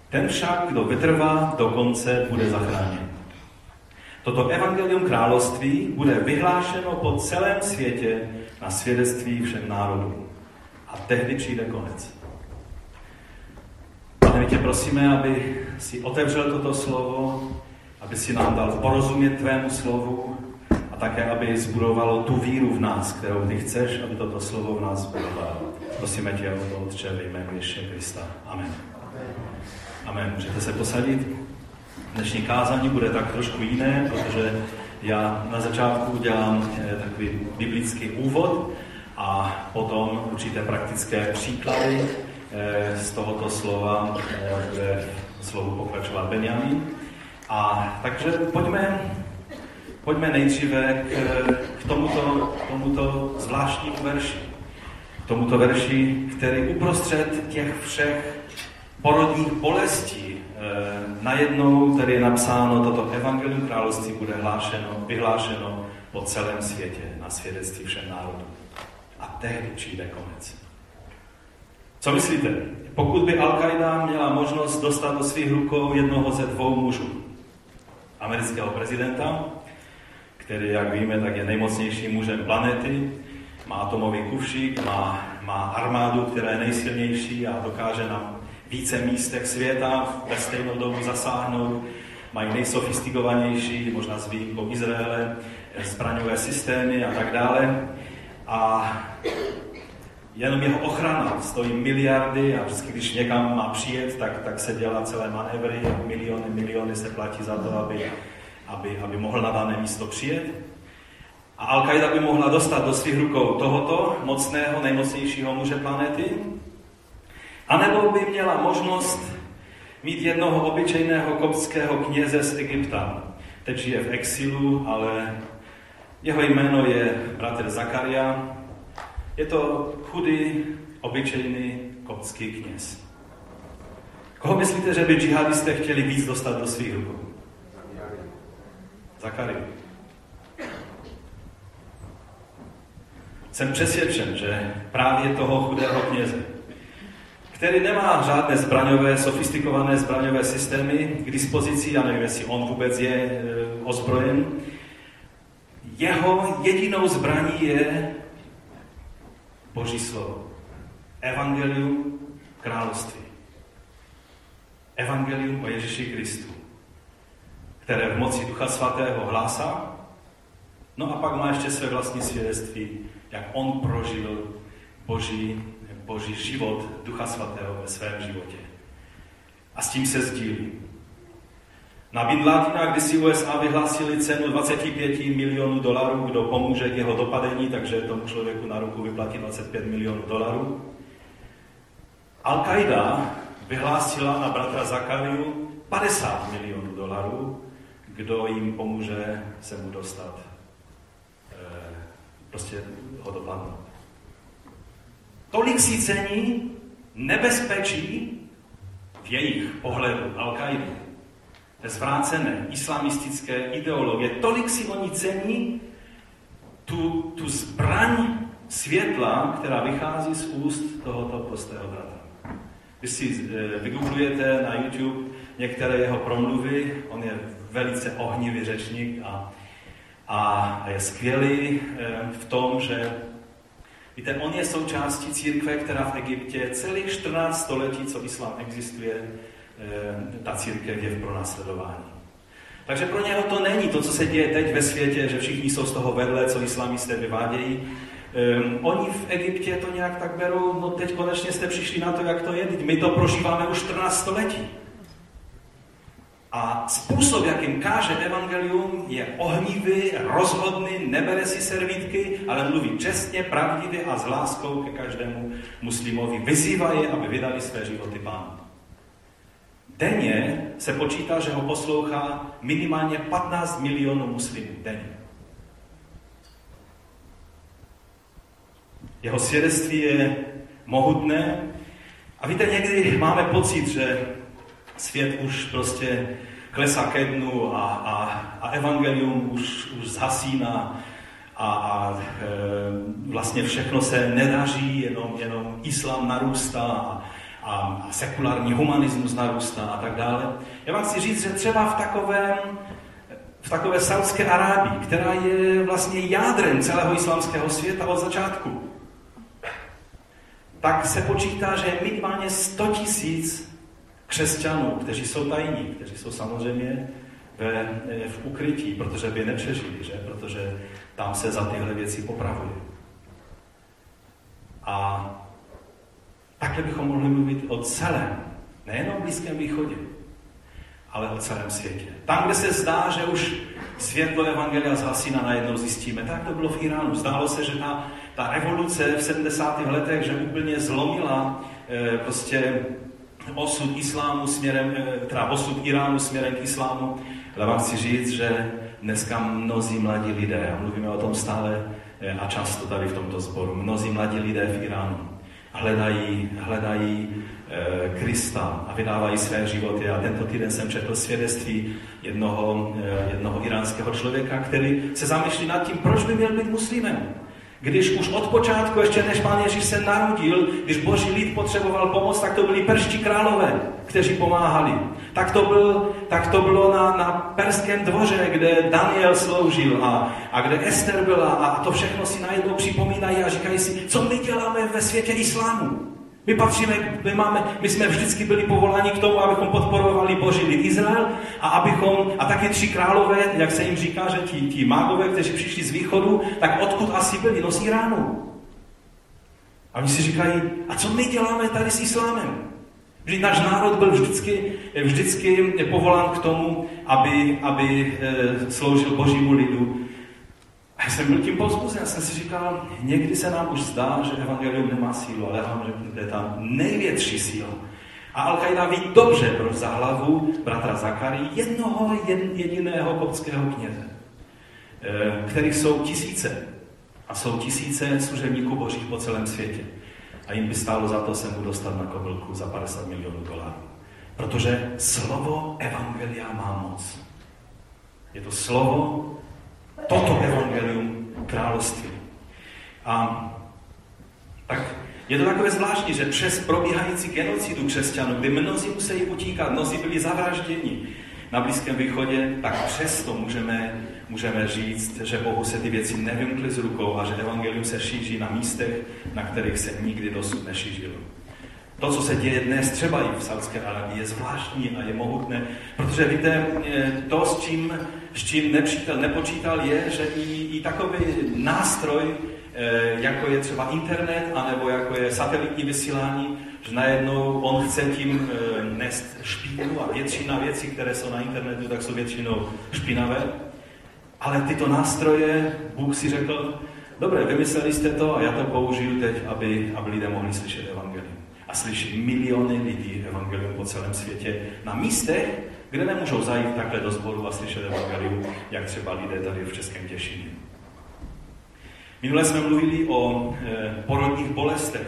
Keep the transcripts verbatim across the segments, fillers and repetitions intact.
Ten však, kdo vytrvá do konce, bude zachráněn. Toto evangelium království bude vyhlášeno po celém světě na svědectví všem národům. A tehdy přijde konec. Pane, my tě prosíme, aby si otevřel toto slovo, aby si nám dal porozumět tvému slovu a také, aby zbudovalo tu víru v nás, kterou ty chceš, aby toto slovo v nás zbudovalo. Prosíme tě o to, Otče, ve jménu Ježíše Krista. Amen. Amen. Můžete se posadit. Dnešní kázání bude tak trošku jiné, protože já na začátku dělám takový biblický úvod a potom určité praktické příklady z tohoto slova, bude slovu pokračovat Benjamin. A takže pojďme, pojďme nejdříve k, k tomuto, tomuto zvláštnímu verši. K tomuto verši, který uprostřed těch všech porodních bolestí najednou tady je napsáno, toto evangelium království bude hlášeno, vyhlášeno po celém světě na svědectví všem národům. A tehdy přijde konec. Co myslíte? Pokud by Al-Qaida měla možnost dostat do svých rukou jednoho ze dvou mužů, amerického prezidenta, který, jak víme, tak je nejmocnějším mužem planety, má atomový kufřík, má, má armádu, která je nejsilnější a dokáže na více místech světa ve stejnou dobu zasáhnout, mají nejsofistikovanější, možná s výjimkou Izraele, zbraňové systémy a tak dále. A jenom jeho ochrana stojí miliardy a vždycky, když někam má přijet, tak, tak se dělá celé manévry a miliony, miliony se platí za to, aby, aby, aby mohl na dané místo přijet. A Al-Qaida by mohla dostat do svých rukou tohoto mocného, nejmocnějšího muže planety, anebo by měla možnost mít jednoho obyčejného koptského kněze z Egypta. Teď žije v exilu, ale jeho jméno je bratr Zakaria. Je to chudý, obyčejný koptský kněz. Koho myslíte, že by džihadisté chtěli víc dostat do svých rukou? Zakaria. Jsem přesvědčen, že právě toho chudého kněze, který nemá žádné zbraňové, sofistikované zbraňové systémy k dispozici, já nevím, jestli on vůbec je e, ozbrojen, jeho jedinou zbraní je Boží slovo. Evangelium království. Evangelium o Ježíši Kristu, které v moci Ducha Svatého hlásá, no a pak má ještě své vlastní svědectví, jak on prožil Boží Boží život Ducha Svatého ve svém životě. A s tím se sdílí. Na Bin Ladena kdysi U S A vyhlásili cenu dvacet pět milionů dolarů, kdo pomůže k jeho dopadení, takže tomu člověku na ruku vyplatí dvacet pět milionů dolarů. Al-Qaida vyhlásila na bratra Zakariu padesát milionů dolarů, kdo jim pomůže se mu dostat, e, prostě ho dopadnout. Tolik si cení nebezpečí v jejich pohledu Al-Qaidi, zvrácené islamistické ideologie. Tolik si oni cení tu, tu zbraň světla, která vychází z úst tohoto prostého bratra. Když si vygooglujete na YouTube některé jeho promluvy, on je velice ohnivý řečník a, a je skvělý v tom, že víte, on je součástí církve, která v Egyptě celých čtrnáct století, co islám existuje, ta církev je v pronásledování. Takže pro něho to není to, co se děje teď ve světě, že všichni jsou z toho vedle, co islamisté vyvádějí. Um, oni v Egyptě to nějak tak berou, no teď konečně jste přišli na to, jak to je, teď my to prožíváme už čtrnáct století. A způsob, jakým káže evangelium, je ohnivý, rozhodný, nebere si servítky, ale mluví čestně, pravdivě a s láskou ke každému muslimovi. Vyzývá je, aby vydali své životy Pánu. Denně se počítá, že ho poslouchá minimálně patnáct milionů muslimů denně. Jeho svědectví je mohutné a víte, někdy máme pocit, že svět už prostě klesá ke dnu a, a, a evangelium už, už zhasíná a, a e, vlastně všechno se nedaří, jenom, jenom islám narůstá a, a sekulární humanismus narůstá a tak dále. Já vám chci říct, že třeba v takovém, v takové Saudské Arábii, která je vlastně jádrem celého islámského světa od začátku, tak se počítá, že je minimálně sto tisíc křesťanů, kteří jsou tajní, kteří jsou samozřejmě ve, v ukrytí, protože by nepřežili, že? Protože tam se za tyhle věci popravuje. A takhle bychom mohli mluvit o celém, nejenom o Blízkém východě, ale o celém světě. Tam, kde se zdá, že už světlo evangelia zhasína, najednou zjistíme. Tak to bylo v Iránu. Zdálo se, že ta, ta revoluce v sedmdesátých letech, že úplně zlomila e, prostě osud islámu směrem, e, teda osud Iránu směrem k islámu. Ale vám chci říct, že dneska mnozí mladí lidé, a mluvíme o tom stále e, a často tady v tomto sboru, mnozí mladí lidé v Iránu hledají, hledají e, Krista a vydávají své životy. A tento týden jsem četl svědectví jednoho, e, jednoho iránského člověka, který se zamýšlí nad tím, proč by měl být muslimem. Když už od počátku, ještě než Pán Ježíš se narodil, když boží lid potřeboval pomoc, tak to byli perští králové, kteří pomáhali. Tak to, byl, tak to bylo na, na perském dvoře, kde Daniel sloužil a, a kde Ester byla a to všechno si najednou připomínají a říkají si, co my děláme ve světě islámu. My patříme, my, máme, my jsme vždycky byli povoláni k tomu, abychom podporovali boží lid Izrael a abychom, a taky tři králové, jak se jim říká, že ti, ti mágové, kteří přišli z východu, tak odkud asi byli? No z Iránu. A oni si říkají, a co my děláme tady s islámem? Že náš národ byl vždycky, vždycky povolán k tomu, aby, aby e, sloužil božímu lidu. A já jsem byl tím povzbuzen, já jsem si říkal, někdy se nám už zdá, že evangelium nemá sílu, ale já vám řeknu, že je tam největší síla. A Al-Qaida ví dobře, proč za hlavu bratra Zakary, jednoho jediného koptského kněze, kterých jsou tisíce. A jsou tisíce služebníků božích po celém světě. A jim by stálo za to se mu dostat na kobylku za padesát milionů dolarů. Protože slovo evangelia má moc. Je to slovo, toto evangelium království. A tak je to takové zvláštní, že přes probíhající genocidu křesťanů, kdy mnozí museli utíkat, mnozí byli zavražděni na Blízkém východě, tak přesto můžeme, můžeme říct, že Bohu se ty věci nevymkly z rukou a že evangelium se šíří na místech, na kterých se nikdy dosud nešířilo. To, co se děje dnes třeba i v Saudské Arábii, je zvláštní a je mohutné, protože víte, to, s čím, s čím nepřítel nepočítal, je, že i, i takový nástroj, jako je třeba internet, anebo jako je satelitní vysílání, že najednou on chce tím nést špínu a většina věcí, které jsou na internetu, tak jsou většinou špinavé. Ale tyto nástroje, Bůh si řekl, dobré, vymysleli jste to a já to použiju teď, aby, aby lidé mohli slyšet evangelium. A slyší miliony lidí evangelium po celém světě na místech, kde nemůžou zajít takhle do sboru a slyšet evangelium, jak třeba lidé tady v Českém Těšíně. Minule jsme mluvili o e, porodních bolestech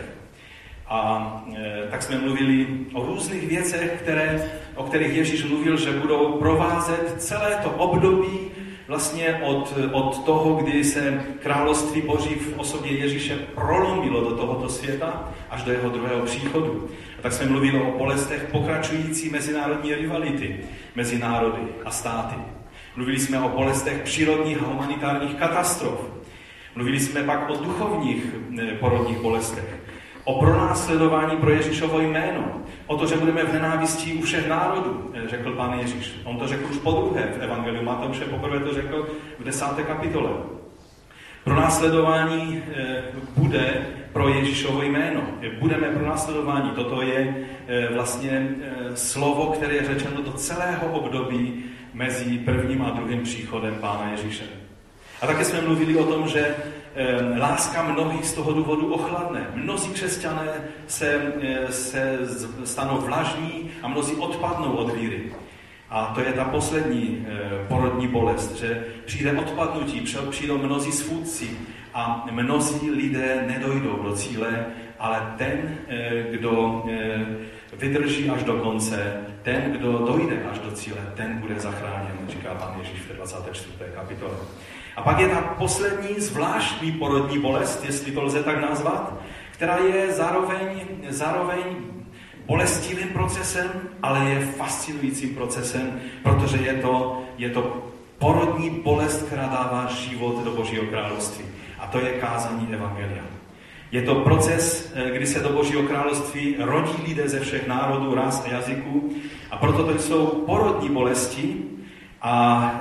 a e, tak jsme mluvili o různých věcech, které, o kterých Ježíš mluvil, že budou provázet celé to období vlastně od, od toho, kdy se království Boží v osobě Ježíše prolomilo do tohoto světa až do jeho druhého příchodu. A tak jsme mluvili o bolestech pokračující mezinárodní rivality mezi národy a státy. Mluvili jsme o bolestech přírodních a humanitárních katastrof. Mluvili jsme pak o duchovních porodních bolestech, o pronásledování pro Ježíšovo jméno, o to, že budeme v nenávistí u všech národů, řekl Pán Ježíš. On to řekl už podruhé v Evangeliu Matouše, poprvé to řekl v desáté kapitole. Pronásledování bude pro Ježíšovo jméno. Budeme pronásledováni. Toto je vlastně slovo, které je řečeno do celého období mezi prvním a druhým příchodem Pána Ježíše. A také jsme mluvili o tom, že e, láska mnohých z toho důvodu ochladne. Mnozí křesťané se, e, se stanou vlažní a mnozí odpadnou od víry. A to je ta poslední e, porodní bolest, že přijde odpadnutí, přijdou mnozí svůdci a mnozí lidé nedojdou do cíle, ale ten, e, kdo e, vydrží až do konce, ten, kdo dojde až do cíle, ten bude zachráněn, říká Pán Ježíš v dvacáté čtvrté kapitole. A pak je ta poslední zvláštní porodní bolest, jestli to lze tak nazvat, která je zároveň, zároveň bolestivým procesem, ale je fascinujícím procesem, protože je to, je to porodní bolest, která dává život do Božího království. A to je kázání evangelia. Je to proces, kdy se do Božího království rodí lidé ze všech národů, ras a jazyků. A proto to jsou porodní bolesti a,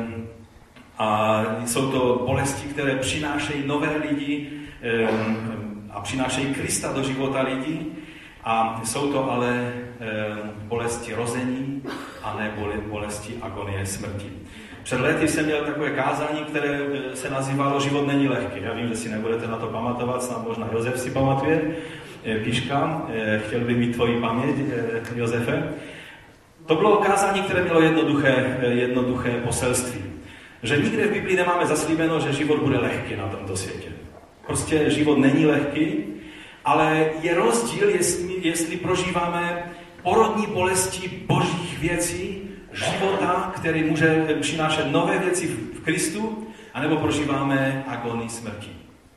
a jsou to bolesti, které přinášejí nové lidi a přinášejí Krista do života lidí. A jsou to ale bolesti rození a ne bolesti agonie smrti. Před lety jsem měl takové kázání, které se nazývalo Život není lehký. Já vím, že si nebudete na to pamatovat, snad možná Josef si pamatuje. Píška, chtěl by mít tvoji paměť, Josefe. To bylo kázání, které mělo jednoduché, jednoduché poselství. Že nikde v Biblii nemáme zaslíbeno, že život bude lehký na tomto světě. Prostě život není lehký, ale je rozdíl, jestli, jestli prožíváme porodní bolesti božích věcí, života, který může přinášet nové věci v Kristu, anebo prožíváme agonii smrti.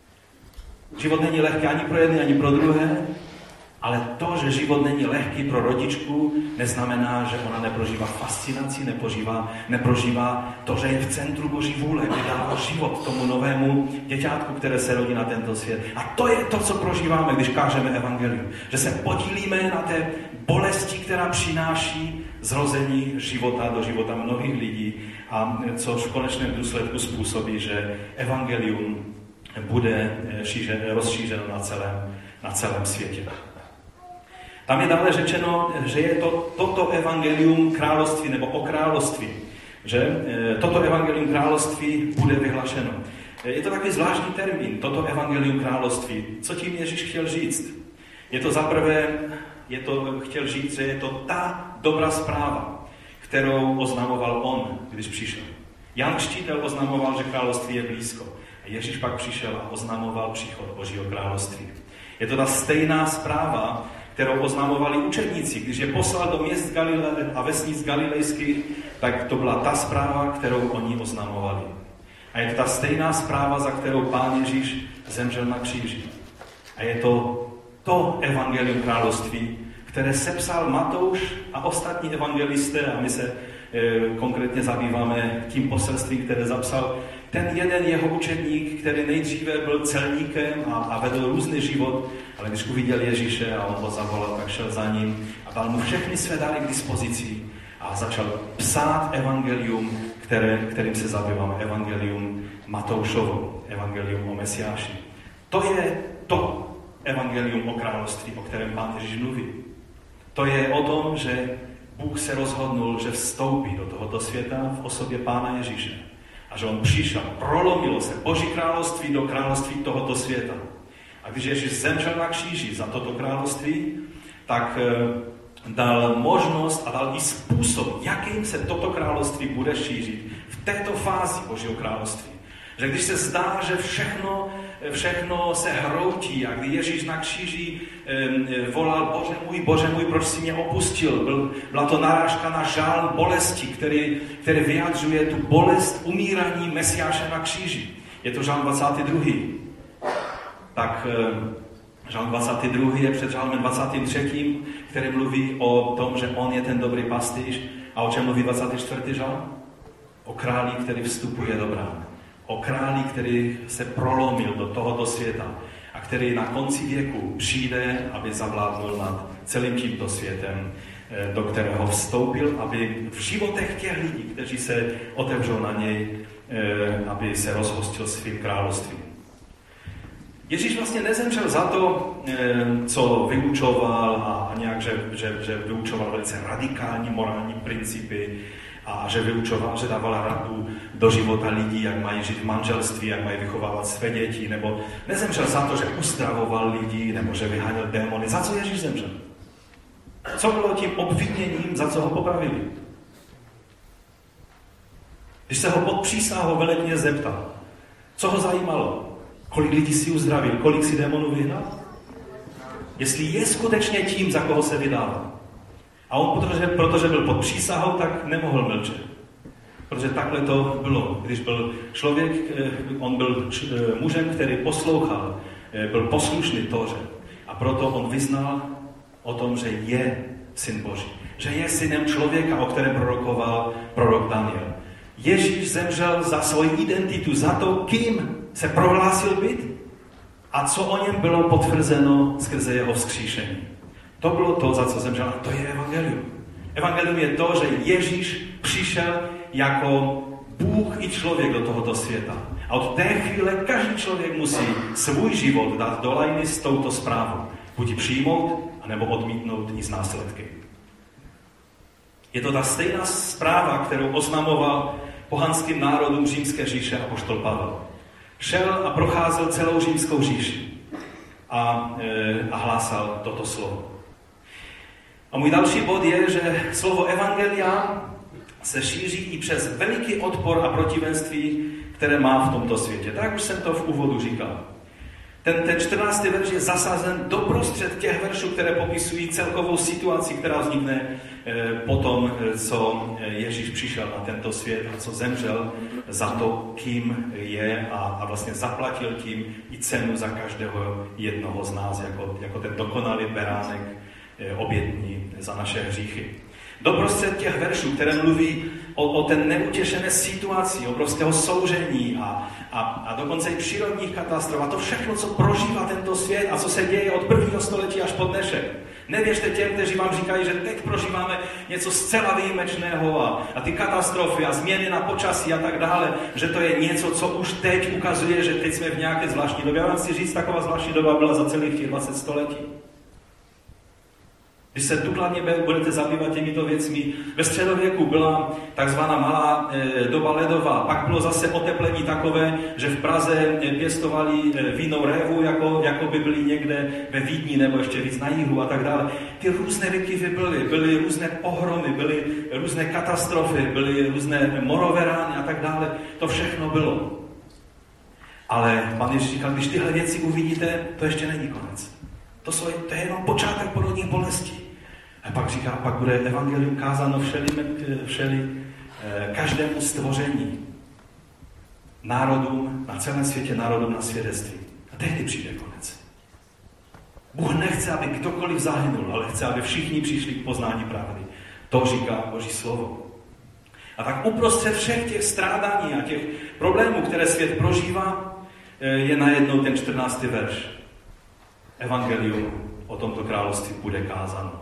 Život není lehký ani pro jedny, ani pro druhé, ale to, že život není lehký pro rodičku, neznamená, že ona neprožívá fascinaci, neprožívá, neprožívá to, že je v centru Boží vůle, kde dává život tomu novému děťátku, které se rodí na tento svět. A to je to, co prožíváme, když kážeme evangelium. Že se podílíme na té bolesti, která přináší zrození života do života mnohých lidí a což v konečném důsledku způsobí, že evangelium bude šířen, rozšířeno na celém, na celém světě. Tam je dále řečeno, že je to toto evangelium království nebo o království, že toto evangelium království bude vyhlašeno. Je to takový zvláštní termín, toto evangelium království. Co tím Ježíš chtěl říct? Je to zaprvé, je to, chtěl říct, že je to ta dobrá zpráva, kterou oznamoval on, když přišel. Jan Křtitel oznamoval, že království je blízko. A Ježíš pak přišel a oznamoval příchod Božího království. Je to ta stejná zpráva, kterou oznamovali učedníci. Když je poslal do měst Galile a vesnic galilejských, tak to byla ta zpráva, kterou oni oznamovali. A je to ta stejná zpráva, za kterou Pán Ježíš zemřel na kříži. A je to to evangelium království, které sepsal Matouš a ostatní evangelisté, a my se e, konkrétně zabýváme tím poselstvím, které zapsal ten jeden jeho učedník, který nejdříve byl celníkem a, a vedl různý život, ale když uviděl Ježíše a on ho zavolal, tak šel za ním a dal mu všechny své dary k dispozici a začal psát evangelium, které, kterým se zabýváme, evangelium Matoušovo, evangelium o Mesiáši. To je to evangelium o království, o kterém Pán Ježíš mluví. To je o tom, že Bůh se rozhodnul, že vstoupí do tohoto světa v osobě Pána Ježíše. A že on přišel, prolomilo se Boží království do království tohoto světa. A když Ježíš zemřel na kříži za toto království, tak dal možnost a dal i způsob, jakým se toto království bude šířit v této fázi Božího království. Že když se zdá, že všechno, všechno se hroutí a kdy Ježíš na kříži e, volal, Bože můj, Bože můj, proč jsi mě opustil? Byl, byla to narážka na žál bolesti, který, který vyjadřuje tu bolest umírání Mesiáše na kříži. Je to žálm dvacátý druhý. Tak e, žálm dvacátý druhý je před žálmem dvacátým třetím, který mluví o tom, že on je ten dobrý pastýř. A o čem mluví dvacátý čtvrtý žálm? O králi, který vstupuje do brány. O králi, který se prolomil do tohoto světa a který na konci věku přijde, aby zavládnul nad celým tímto světem, do kterého vstoupil, aby v životech těch lidí, kteří se otevřou na něj, aby se rozhostil svým královstvím. Ježíš vlastně nezemřel za to, co vyučoval a nějak, že, že, že vyučoval velice radikální morální principy, a že vyučoval, že dával radu do života lidí, jak mají žít v manželství, jak mají vychovávat své děti, nebo nezemřel za to, že uzdravoval lidi, nebo že vyháněl démony. Za co Ježíš zemřel? Co bylo tím obviněním, za co ho popravili? Když se ho pod přísahou velekněz zeptal, co ho zajímalo? Kolik lidí si uzdravil? Kolik si démonů vyhnal? Jestli je skutečně tím, za koho se vydával. A on, protože, protože byl pod přísahou, tak nemohl mlčet. Protože takhle to bylo. Když byl člověk, on byl mužem, který poslouchal, byl poslušný Tóře. A proto on vyznal o tom, že je Syn Boží. Že je synem člověka, o kterém prorokoval prorok Daniel. Ježíš zemřel za svoji identitu, za to, kým se prohlásil být a co o něm bylo potvrzeno skrze jeho vzkříšení. To bylo to, za co zemřel. A to je evangelium. Evangelium je to, že Ježíš přišel jako Bůh i člověk do tohoto světa. A od té chvíle každý člověk musí svůj život dát do lajny s touto zprávou. Buď ji přijmout, anebo odmítnout i z následky. Je to ta stejná zpráva, kterou oznamoval pohanským národům římské říše apoštol Pavel. Šel a procházel celou římskou říši a, e, a hlásal toto slovo. A můj další bod je, že slovo evangelia se šíří i přes veliký odpor a protivenství, které má v tomto světě. Tak už jsem to v úvodu říkal. Ten, ten čtrnáctý verš je zasazen doprostřed těch veršů, které popisují celkovou situaci, která vznikne eh, potom, co Ježíš přišel na tento svět a co zemřel za to, kým je a, a vlastně zaplatil tím i cenu za každého jednoho z nás, jako, jako ten dokonalý beránek eh, obětní za naše hříchy. Doprostřed těch veršů, které mluví o, o ten neutěšené situaci, obrovského soužení a, a, a dokonce i přírodních katastrof a to všechno, co prožívá tento svět a co se děje od prvního století až po dnešek. Nevěřte těm, kteří vám říkají, že teď prožíváme něco zcela výjimečného a, a ty katastrofy a změny na počasí a tak dále, že to je něco, co už teď ukazuje, že teď jsme v nějaké zvláštní době. Já vám chci říct, taková zvláštní doba byla za celých těch dvacet století. Když se důkladně budete zabývat těmito věcmi, ve středověku byla takzvaná malá e, doba ledová, pak bylo zase oteplení takové, že v Praze pěstovali vínou révu, jako, jako by byli někde ve Vídni nebo ještě víc na jihu a tak dále. Ty různé výkyvy byly, byly různé pohromy, byly různé katastrofy, byly různé morové rány a tak dále. To všechno bylo. Ale Pán Ježíš říkal, když tyhle věci uvidíte, to ještě není konec. To, jsou, to je jenom počátek porodních bolestí. A pak říká, pak bude evangelium kázáno všeli, všeli, každému stvoření. Národům, na celém světě národům na svědectví. A tehdy přijde konec. Bůh nechce, aby kdokoliv zahynul, ale chce, aby všichni přišli k poznání pravdy. To říká Boží slovo. A tak uprostřed všech těch strádání a těch problémů, které svět prožívá, je najednou ten čtrnáctý verš. Evangelium o tomto království bude kázáno.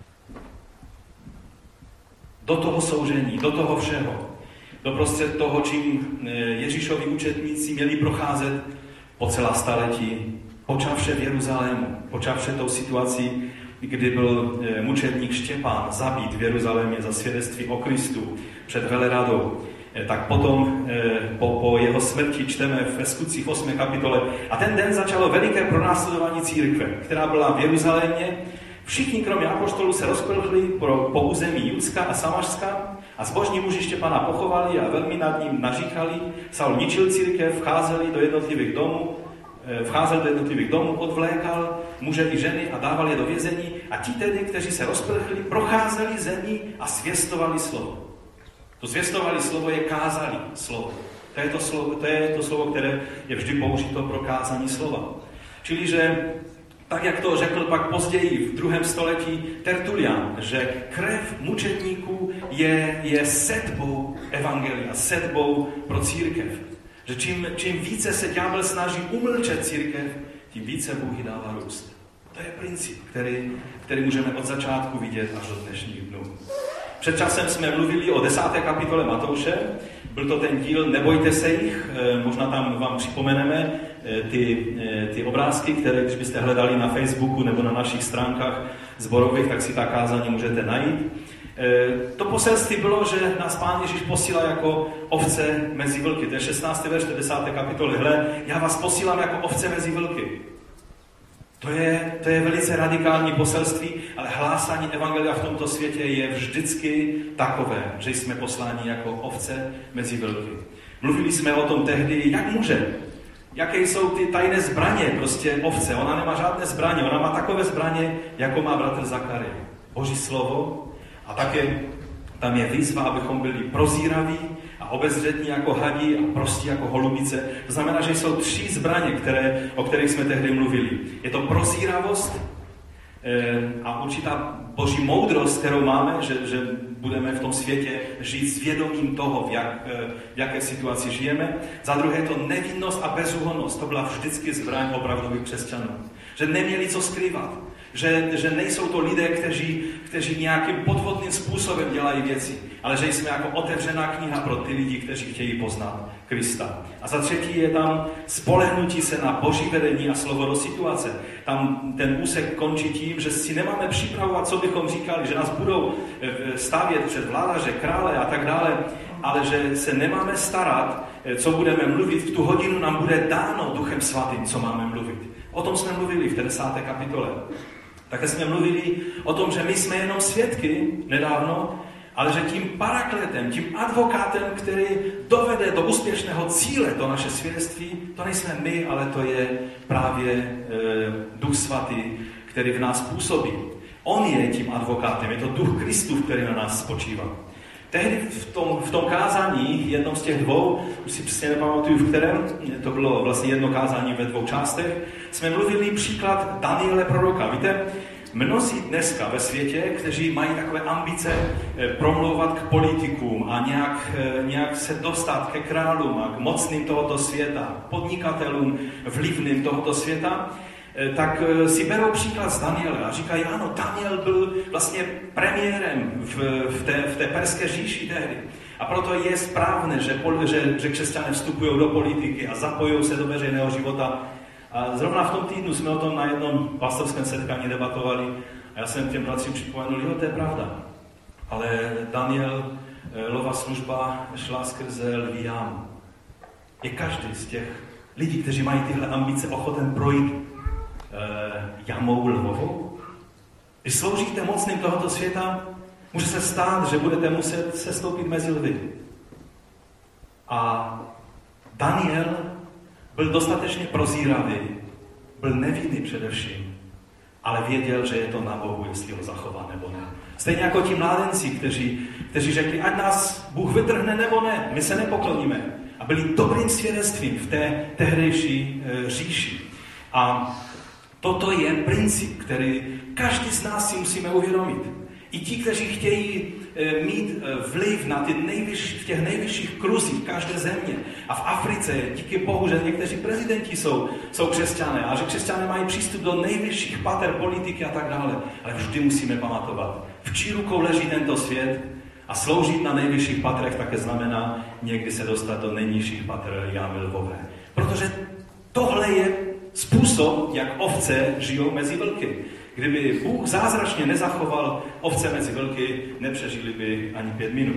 Do toho soužení, do toho všeho, doprostřed toho, čím Ježíšovi učedníci měli procházet po celá staletí, počavše v Jeruzalému, počavše tou situací, kdy byl mučedník Štěpán zabít v Jeruzalémě za svědectví o Kristu před veleradou, tak potom po, po jeho smrti čteme ve Skutcích v osmé kapitole. A ten den začalo veliké pronásledování církve, která byla v Jeruzalémě. Všichni, kromě apoštolů, se rozprchli po, po území Judska a Samařska a zbožní muži Štěpána pochovali a velmi nad ním naříkali. Saul ničil církev, vcházeli do jednotlivých domů, vcházel do jednotlivých domů, odvlékal muže i ženy a dával je do vězení. A ti tedy, kteří se rozprchli, procházeli zemí a zvěstovali slovo. To zvěstovali slovo je kázali slovo. To je to slovo, to je to slovo, které je vždy použito pro kázání slova. Čili, že tak, jak to řekl pak později v druhém století Tertulian, že krev mučedníků je, je sedbou evangelia, sedbou pro církev. Že čím, čím více se ďábel snaží umlčet církev, tím více Bůh jí dává růst. To je princip, který, který můžeme od začátku vidět až do dnešních dnů. Před časem jsme mluvili o desáté kapitole Matouše. Byl to ten díl Nebojte se jich. Možná tam vám připomeneme ty, ty obrázky, které když byste hledali na Facebooku nebo na našich stránkách zborových, tak si ta kázání můžete najít. To poselství bylo, že nás Pán Ježíš posílá jako ovce mezi vlky. To je šestnáctý verš té desáté kapitoly. Hle, já vás posílám jako ovce mezi vlky. To je, to je velice radikální poselství, ale hlásání evangelia v tomto světě je vždycky takové, že jsme posláni jako ovce mezi vlky. Mluvili jsme o tom tehdy, jak může, jaké jsou ty tajné zbraně prostě ovce. Ona nemá žádné zbraně, ona má takové zbraně, jako má bratr Zakary. Boží slovo a také tam je výzva, abychom byli prozíraví a obezřetní jako hadi a prostí jako holubice. To znamená, že jsou tři zbraně, které, o kterých jsme tehdy mluvili. Je to prozíravost, a určitá boží moudrost, kterou máme, že, že budeme v tom světě žít s vědomím toho, v, jak, v jaké situaci žijeme. Za druhé to nevinnost a bezúhonnost, to byla vždycky zbraň opravdových křesťanů. Že neměli co skrývat. Že, že nejsou to lidé, kteří, kteří nějakým podvodným způsobem dělají věci, ale že jsme jako otevřená kniha pro ty lidi, kteří chtějí poznat Krista. A za třetí je tam spolehnutí se na boží vedení a slovo do situace. Tam ten úsek končí tím, že si nemáme připravovat, co bychom říkali, že nás budou stavět před vládaře, krále a tak dále, ale že se nemáme starat, co budeme mluvit. V tu hodinu nám bude dáno Duchem Svatým, co máme mluvit. O tom jsme mluvili v té desáté kapitole. Také jsme mluvili o tom, že my jsme jenom svědky nedávno, ale že tím parakletem, tím advokátem, který dovede do úspěšného cíle to naše svědectví, to nejsme my, ale to je právě e, Duch Svatý, který v nás působí. On je tím advokátem, je to Duch Kristův, který na nás spočívá. Tehdy v tom, v tom kázání, jednom z těch dvou, už si přesně nepamatuju, v kterém, to bylo vlastně jedno kázání ve dvou částech, jsme mluvili příklad Daniele proroka. Víte, mnozí dneska ve světě, kteří mají takové ambice promlouvat k politikům a nějak, nějak se dostat ke králům a k mocným tohoto světa, podnikatelům vlivným tohoto světa, tak si berou příklad z Daniele a říkají, ano, Daniel byl vlastně premiérem v, v, té, v té perské říši tehdy. A proto je správné, že, že, že křesťané vstupují do politiky a zapojují se do veřejného života. A zrovna v tom týdnu jsme o tom na jednom pastorském setkání debatovali a já jsem těm bratřím připomenul, jo, to je pravda. Ale Daniel, lova služba šla skrze lví jámu. Je každý z těch lidí, kteří mají tyhle ambice, ochoten projít jamou lvovou. Když sloužíte mocným tohoto světa, může se stát, že budete muset se stoupit mezi lvy. A Daniel byl dostatečně prozíravý, byl nevinný především, ale věděl, že je to na Bohu, jestli ho zachová nebo ne. Stejně jako ti mládenci, kteří, kteří řekli, ať nás Bůh vytrhne nebo ne, my se nepokloníme. A byli dobrým svědectvím v té tehdejší e, říši. A toto je princip, který každý z nás si musíme uvědomit. I ti, kteří chtějí e, mít e, vliv na ty nejvyšší, v těch nejvyšších kruzích každé země. A v Africe, díky Bohu, že někteří prezidenti jsou, jsou křesťané a že křesťané mají přístup do nejvyšších pater politiky a tak dále. Ale vždy musíme pamatovat, v čí rukou leží tento svět a sloužit na nejvyšších patrech také znamená někdy se dostat do nejnižších pater jámy lvové. Protože tohle je způsob, jak ovce žijou mezi vlky. Kdyby Bůh zázračně nezachoval ovce mezi vlky, nepřežili by ani pět minut.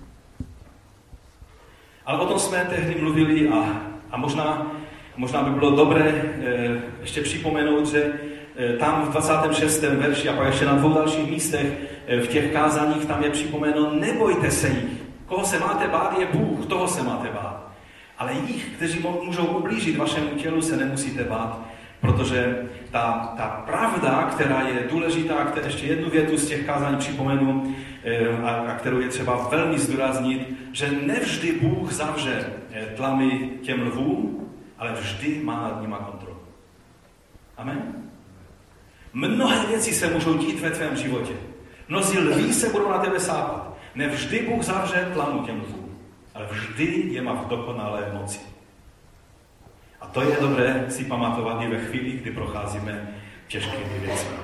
Ale o tom jsme tehdy mluvili a, a možná, možná by bylo dobré e, ještě připomenout, že e, tam v dvacátém šestém verši a pak ještě na dvou dalších místech e, v těch kázáních tam je připomeno, nebojte se jich. Koho se máte bát, je Bůh, toho se máte bát. Ale jich, kteří můžou ublížit vašemu tělu, se nemusíte bát, protože ta, ta pravda, která je důležitá, která ještě jednu větu z těch kázání připomenu, a, a kterou je třeba velmi zdůraznit, že nevždy Bůh zavře tlamy těm lvům, ale vždy má nad nima kontrolu. Amen? Mnohé věci se můžou dít ve tvém životě. Mnozí lví se budou na tebe sápat. Nevždy Bůh zavře tlamu těm lvům, ale vždy je má v dokonalé moci. A to je dobré si pamatovat i ve chvíli, kdy procházíme těžkými věcmi.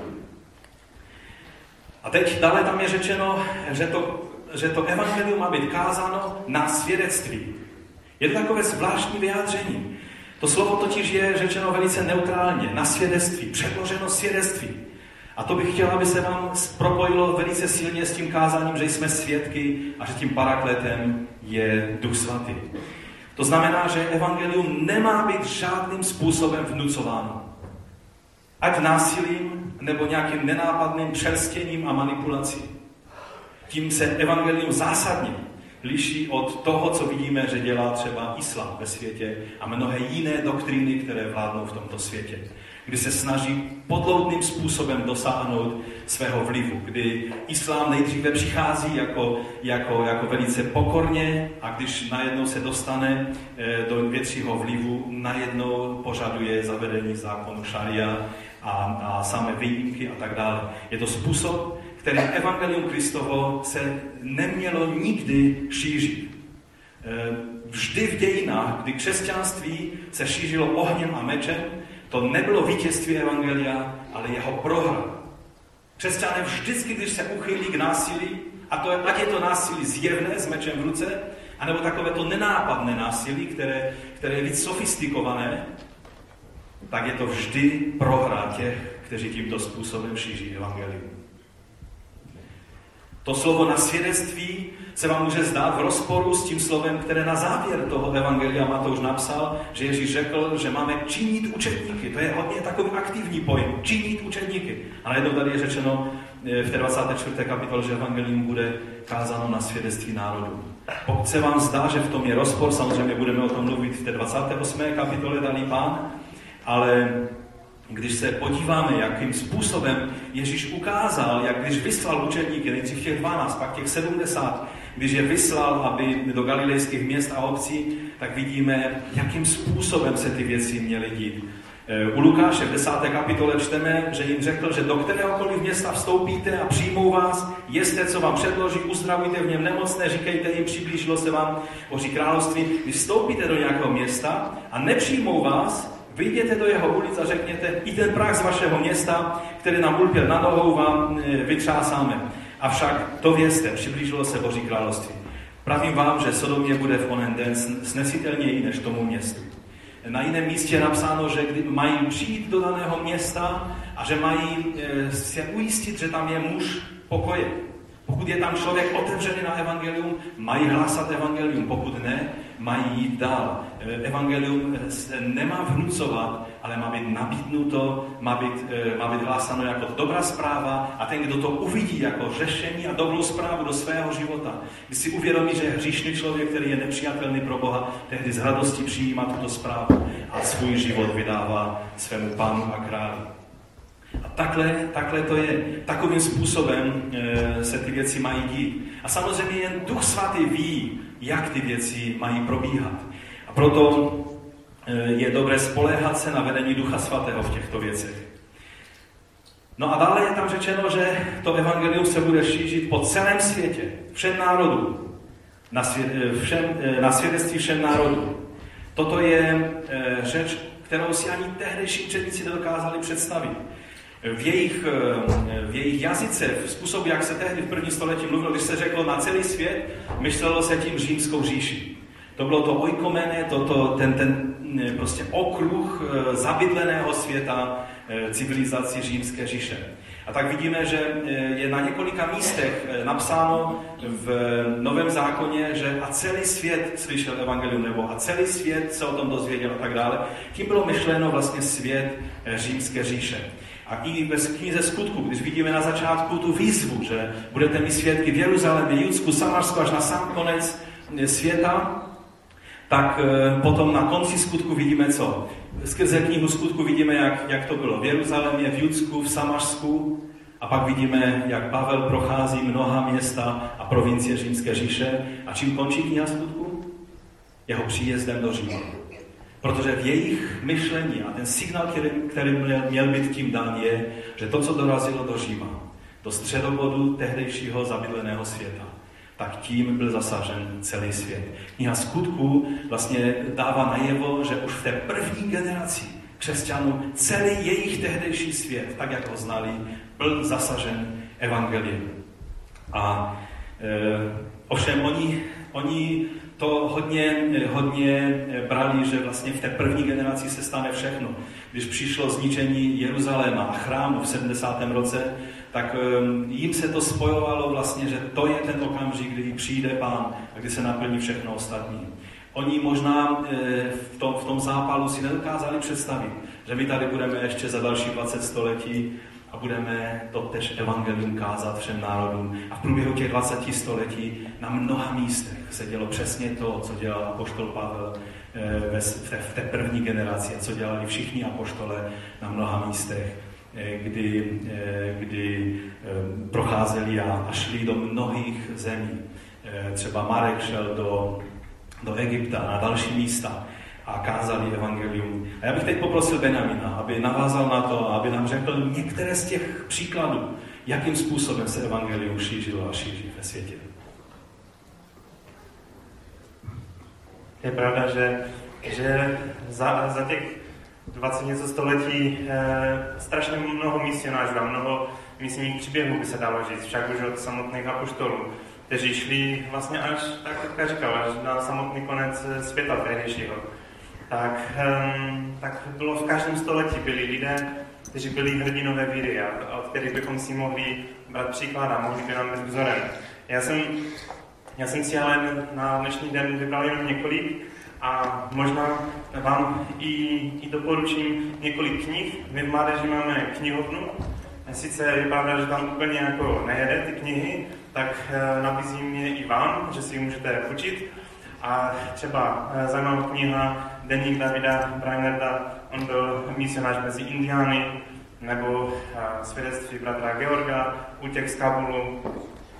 A teď dále tam je řečeno, že to, že to evangelium má být kázáno na svědectví. Je to takové zvláštní vyjádření. To slovo totiž je řečeno velice neutrálně, na svědectví, předloženo svědectví. A to bych chtěl, aby se vám propojilo velice silně s tím kázáním, že jsme svědky a že tím parakletem je Duch Svatý. To znamená, že evangelium nemá být žádným způsobem vnucováno. Ať násilím, nebo nějakým nenápadným přelstěním a manipulací. Tím se evangelium zásadně liší od toho, co vidíme, že dělá třeba islám ve světě a mnohé jiné doktríny, které vládnou v tomto světě. Kdy se snaží podloudným způsobem dosáhnout svého vlivu, kdy islám nejdříve přichází jako, jako, jako velice pokorně a když najednou se dostane do většího vlivu, najednou požaduje zavedení zákonu šaria a, a samé výjimky a tak dále. Je to způsob, kterým evangelium Kristovo se nemělo nikdy šířit. Vždy v dějinách, kdy křesťanství se šířilo ohněm a mečem, to nebylo vítězství evangelia, ale jeho prohra. Křesťané vždycky, když se uchylí k násilí, a to, ať je to násilí zjevné s mečem v ruce, anebo takové to nenápadné násilí, které, které je víc sofistikované, tak je to vždy prohra těch, kteří tímto způsobem šíří evangelium. To slovo na svědectví se vám může zdát v rozporu s tím slovem, které na závěr toho evangelia Matouš napsal, že Ježíš řekl, že máme činit učedníky. To je hodně takový aktivní pojem, činit učedníky. A najednou tady je řečeno v té dvacáté čtvrté kapitole, že evangelium bude kázáno na svědectví národů. Pokud se vám zdá, že v tom je rozpor, samozřejmě budeme o tom mluvit v té dvacáté osmé kapitole, daný Pán, ale když se podíváme, jakým způsobem Ježíš ukázal, jak když vyslal učedníky, nejdřív těch dvanáct, pak těch sedmdesát, když je vyslal, aby do galilejských měst a obcí, tak vidíme, jakým způsobem se ty věci měly dít. U Lukáše v desáté kapitole čteme, že jim řekl, že do kteréhokoliv města vstoupíte a přijmou vás, jeste, co vám předloží, uzdravujte v něm nemocné, říkejte jim, přiblížilo se vám Boží království. Když vstoupíte do nějakého města a nepřijmou vás, vyjděte do jeho ulic a řekněte, i ten prach z vašeho města, který nám ulpěl na nohou, vám vytřásáme. Avšak to vězte, přiblížilo se Boží království. Pravím vám, že Sodomě bude v onen den snesitelněji než tomu městu. Na jiném místě je napsáno, že kdy mají přijít do daného města a že mají se ujistit, že tam je muž pokoje. Pokud je tam člověk otevřený na evangelium, mají hlásat evangelium. Pokud ne, mají jít dál. Evangelium nemá vnucovat, ale má být nabídnuto, má být, má být hlásáno jako dobrá zpráva a ten, kdo to uvidí jako řešení a dobrou zprávu do svého života, když si uvědomí, že je hříšný člověk, který je nepřijatelný pro Boha, tehdy z radosti přijímá tuto zprávu a svůj život vydává svému Pánu a králi. A takhle, takhle to je. Takovým způsobem e, se ty věci mají dít. A samozřejmě jen Duch Svatý ví, jak ty věci mají probíhat. A proto e, je dobré spoléhat se na vedení Ducha Svatého v těchto věcech. No a dále je tam řečeno, že to evangelium se bude šířit po celém světě, všem národům, na, svět, všem, na svědectví všem národům. Toto je e, řeč, kterou si ani tehdejší učedníci nedokázali představit. V jejich, v jejich jazyce, v způsobu, jak se tehdy v první století mluvilo, když se řeklo na celý svět, myslelo se tím římskou říši. To bylo to oikomene, to, to, ten, ten prostě okruh zabydleného světa civilizací římské říše. A tak vidíme, že je na několika místech napsáno v Novém zákoně, že a celý svět slyšel evangelium, nebo a celý svět se o tom dozvěděl a tak dále. Tím bylo myšleno vlastně svět římské říše. A i ve knize Skutku, když vidíme na začátku tu výzvu, že budete mít svědky v Jeruzalémě, Judsku, Samarsku až na sám konec světa, tak potom na konci Skutku vidíme co? Skrze knihu Skutku vidíme, jak, jak to bylo v Jeruzalémě, v Judsku, v Samarsku a pak vidíme, jak Pavel prochází mnoha města a provincie římské říše. A čím končí kniha Skutku? Jeho příjezdem do Říma. Protože v jejich myšlení a ten signál, který, který měl být tím dán, je, že to, co dorazilo do Říma, do středobodu tehdejšího zabydleného světa, tak tím byl zasažen celý svět. Kniha Skutků vlastně dává najevo, že už v té první generaci křesťanů celý jejich tehdejší svět, tak jak ho znali, byl zasažen evangeliem. A e, ovšem oni, oni to hodně, hodně brali, že vlastně v té první generaci se stane všechno. Když přišlo zničení Jeruzaléma a chrámu v sedmdesátém roce, tak jim se to spojovalo vlastně, že to je ten okamžik, kdy přijde Pán a kdy se naplní všechno ostatní. Oni možná v tom, v tom zápalu si nedokázali představit, že my tady budeme ještě za další dvacet století a budeme to tež evangelium kázat všem národům. A v průběhu těch dvaceti století na mnoha místech se dělo přesně to, co dělal apoštol Pavel v té první generaci a co dělali všichni apoštole na mnoha místech, kdy, kdy procházeli a, a šli do mnohých zemí. Třeba Marek šel do, do Egypta na další místa a kázali evangelium. A já bych teď poprosil Benjamina, aby navázal na to, aby nám řekl některé z těch příkladů, jakým způsobem se evangelium šířilo a šíří ve světě. Je pravda, že, že za, za těch dvacet něco století eh, strašně mnoho misionářů a mnoho misijních příběhů by se dalo říct, však už od samotných apoštolů, kteří šli vlastně až, tak jak říkal, až na samotný konec světa tehdejšího. Tak, um, tak bylo v každém století byli lidé, kteří byli hrdinové víry a od kterých bychom si mohli brát příklad a mohli by nám být vzorem. Já jsem, já jsem si ale na dnešní den vybral jenom několik a možná vám i, i doporučím několik knih. My v mládeži máme knihovnu. Sice je pravda, že tam úplně jako nejede ty knihy, tak uh, nabízím je i vám, že si ji můžete půjčit. A třeba uh, zajímavá kniha Deník Davida Brainerda, on byl misionář mezi Indiány, nebo uh, svědectví bratra Georga, útěk z Kabulu, uh,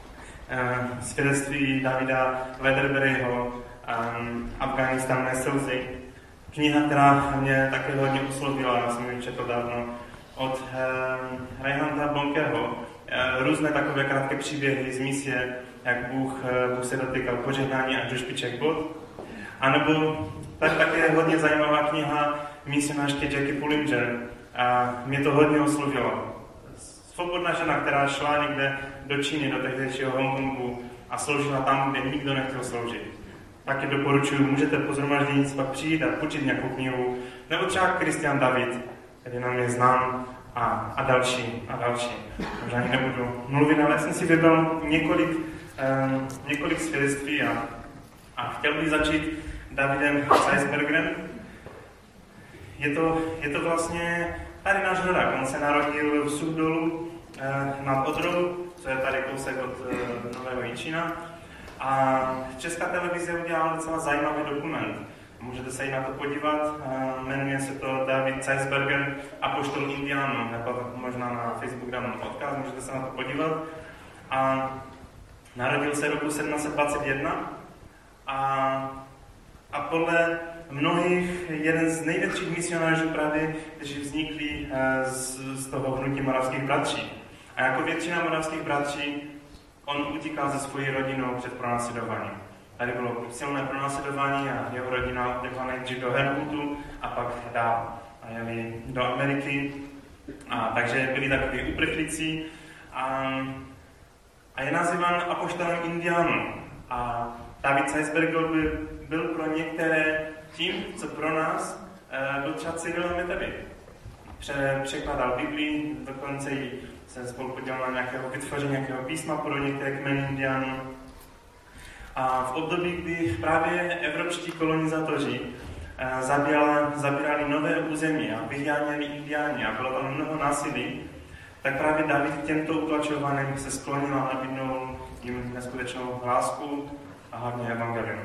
svědectví Davida Lederberryho, um, Afghánistan slzy. Kniha, která mě také hodně uslovila, já jsem ji četl dávno, od uh, Reinharda Bonkeho, uh, různé takové krátké příběhy z misie, jak Bůh, uh, Bůh se dotýkal požehnání a do špiček bod. A nebo tak také hodně zajímavá kniha misionářky Jackie Pullinger. A mě to hodně oslovilo. Svobodná žena, která šla někde do Číny, do tehdejšího Hongkongu a sloužila tam, kde nikdo nechtěl sloužit. Taky doporučuji, můžete po shromaždění pak přijít a půjčit nějakou knihu. Nebo třeba Christian David, který nám je znám, a, a další, a další. Možná ani nebudu mluvit, ale jsem si vybral několik, um, několik svědectví a, a chtěl bych začít Davidem Zeisbergerem. Je to, je to vlastně tady náš rodák. On se narodil v Suchdolu eh, nad Odrou, co je tady kousek od eh, Nového Jičína. A Česká televize udělala docela zajímavý dokument. Můžete se i na to podívat. Eh, jmenuje se to David Zeisberger, apoštol Indiánů, nebo možná na Facebooku dám odkaz, můžete se na to podívat. A narodil se roku sedmnáct set dvacet jedna a A podle mnohých jeden z největších misionářů právě, kteří vznikli z, z toho hnutí moravských bratří. A jako většina moravských bratří, on utíkal ze svojí rodinou před pronásledováním. Tady bylo silné pronásledování a jeho rodina utekla nejdřív do Herbutu a pak dál. A jeli do Ameriky. A takže byli takový uprchlíci a, a je nazýván apoštolem Indiánů. A David Zeisberger byl, byl pro některé tím, co pro nás e, byl třeba Cyril a Metoděj. Pře, překládal Biblii, dokonce i se spolu podělal na nějakého vytvoření nějakého písma pro některé kmeny Indiánů. A v období, kdy právě evropští kolonizátoři e, zabírali, zabírali nové území a vyháněli Indiáni a bylo tam mnoho násilí, tak právě David těmto utlačovaným se sklonil a nabídnul jim neskutečnou lásku a hlavně evangelium.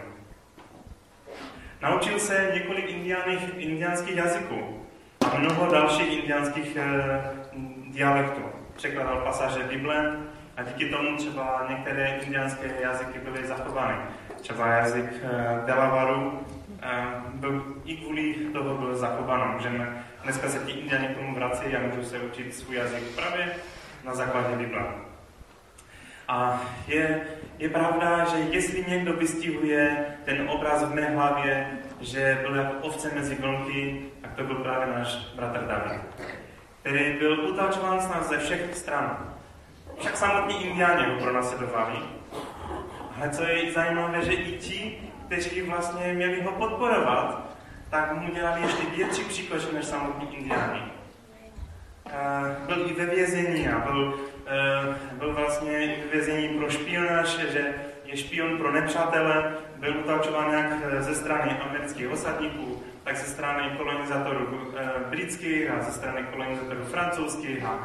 Naučil se několik indiánských jazyků a mnoho dalších indiánských e, dialektů. Překladal pasáže Bible a díky tomu třeba některé indiánské jazyky byly zachovány. Třeba jazyk e, Delavaru e, byl, i kvůli toho byl zachován. Můžeme, dneska se ti indiáni k tomu vrací a můžou se učit svůj jazyk právě na základě Bible. A je, je pravda, že jestli někdo vystihuje ten obraz v mé hlavě, že byl jako ovce mezi vlky, tak to byl právě náš bratr David, který byl utlačován snad ze všech stran. Však samotní Indiáni ho pronásledovali. Ale co je zajímavé, že i ti, kteří vlastně měli ho podporovat, tak mu dělali ještě větší příkoří než samotní Indiáni. Byl i ve vězení a byl, byl vlastně i ve vězení pro špionáž, že je špion pro nepřátele, byl utlačován jak ze strany amerických osadníků, tak ze strany kolonizátorů britských a ze strany kolonizátorů francouzských a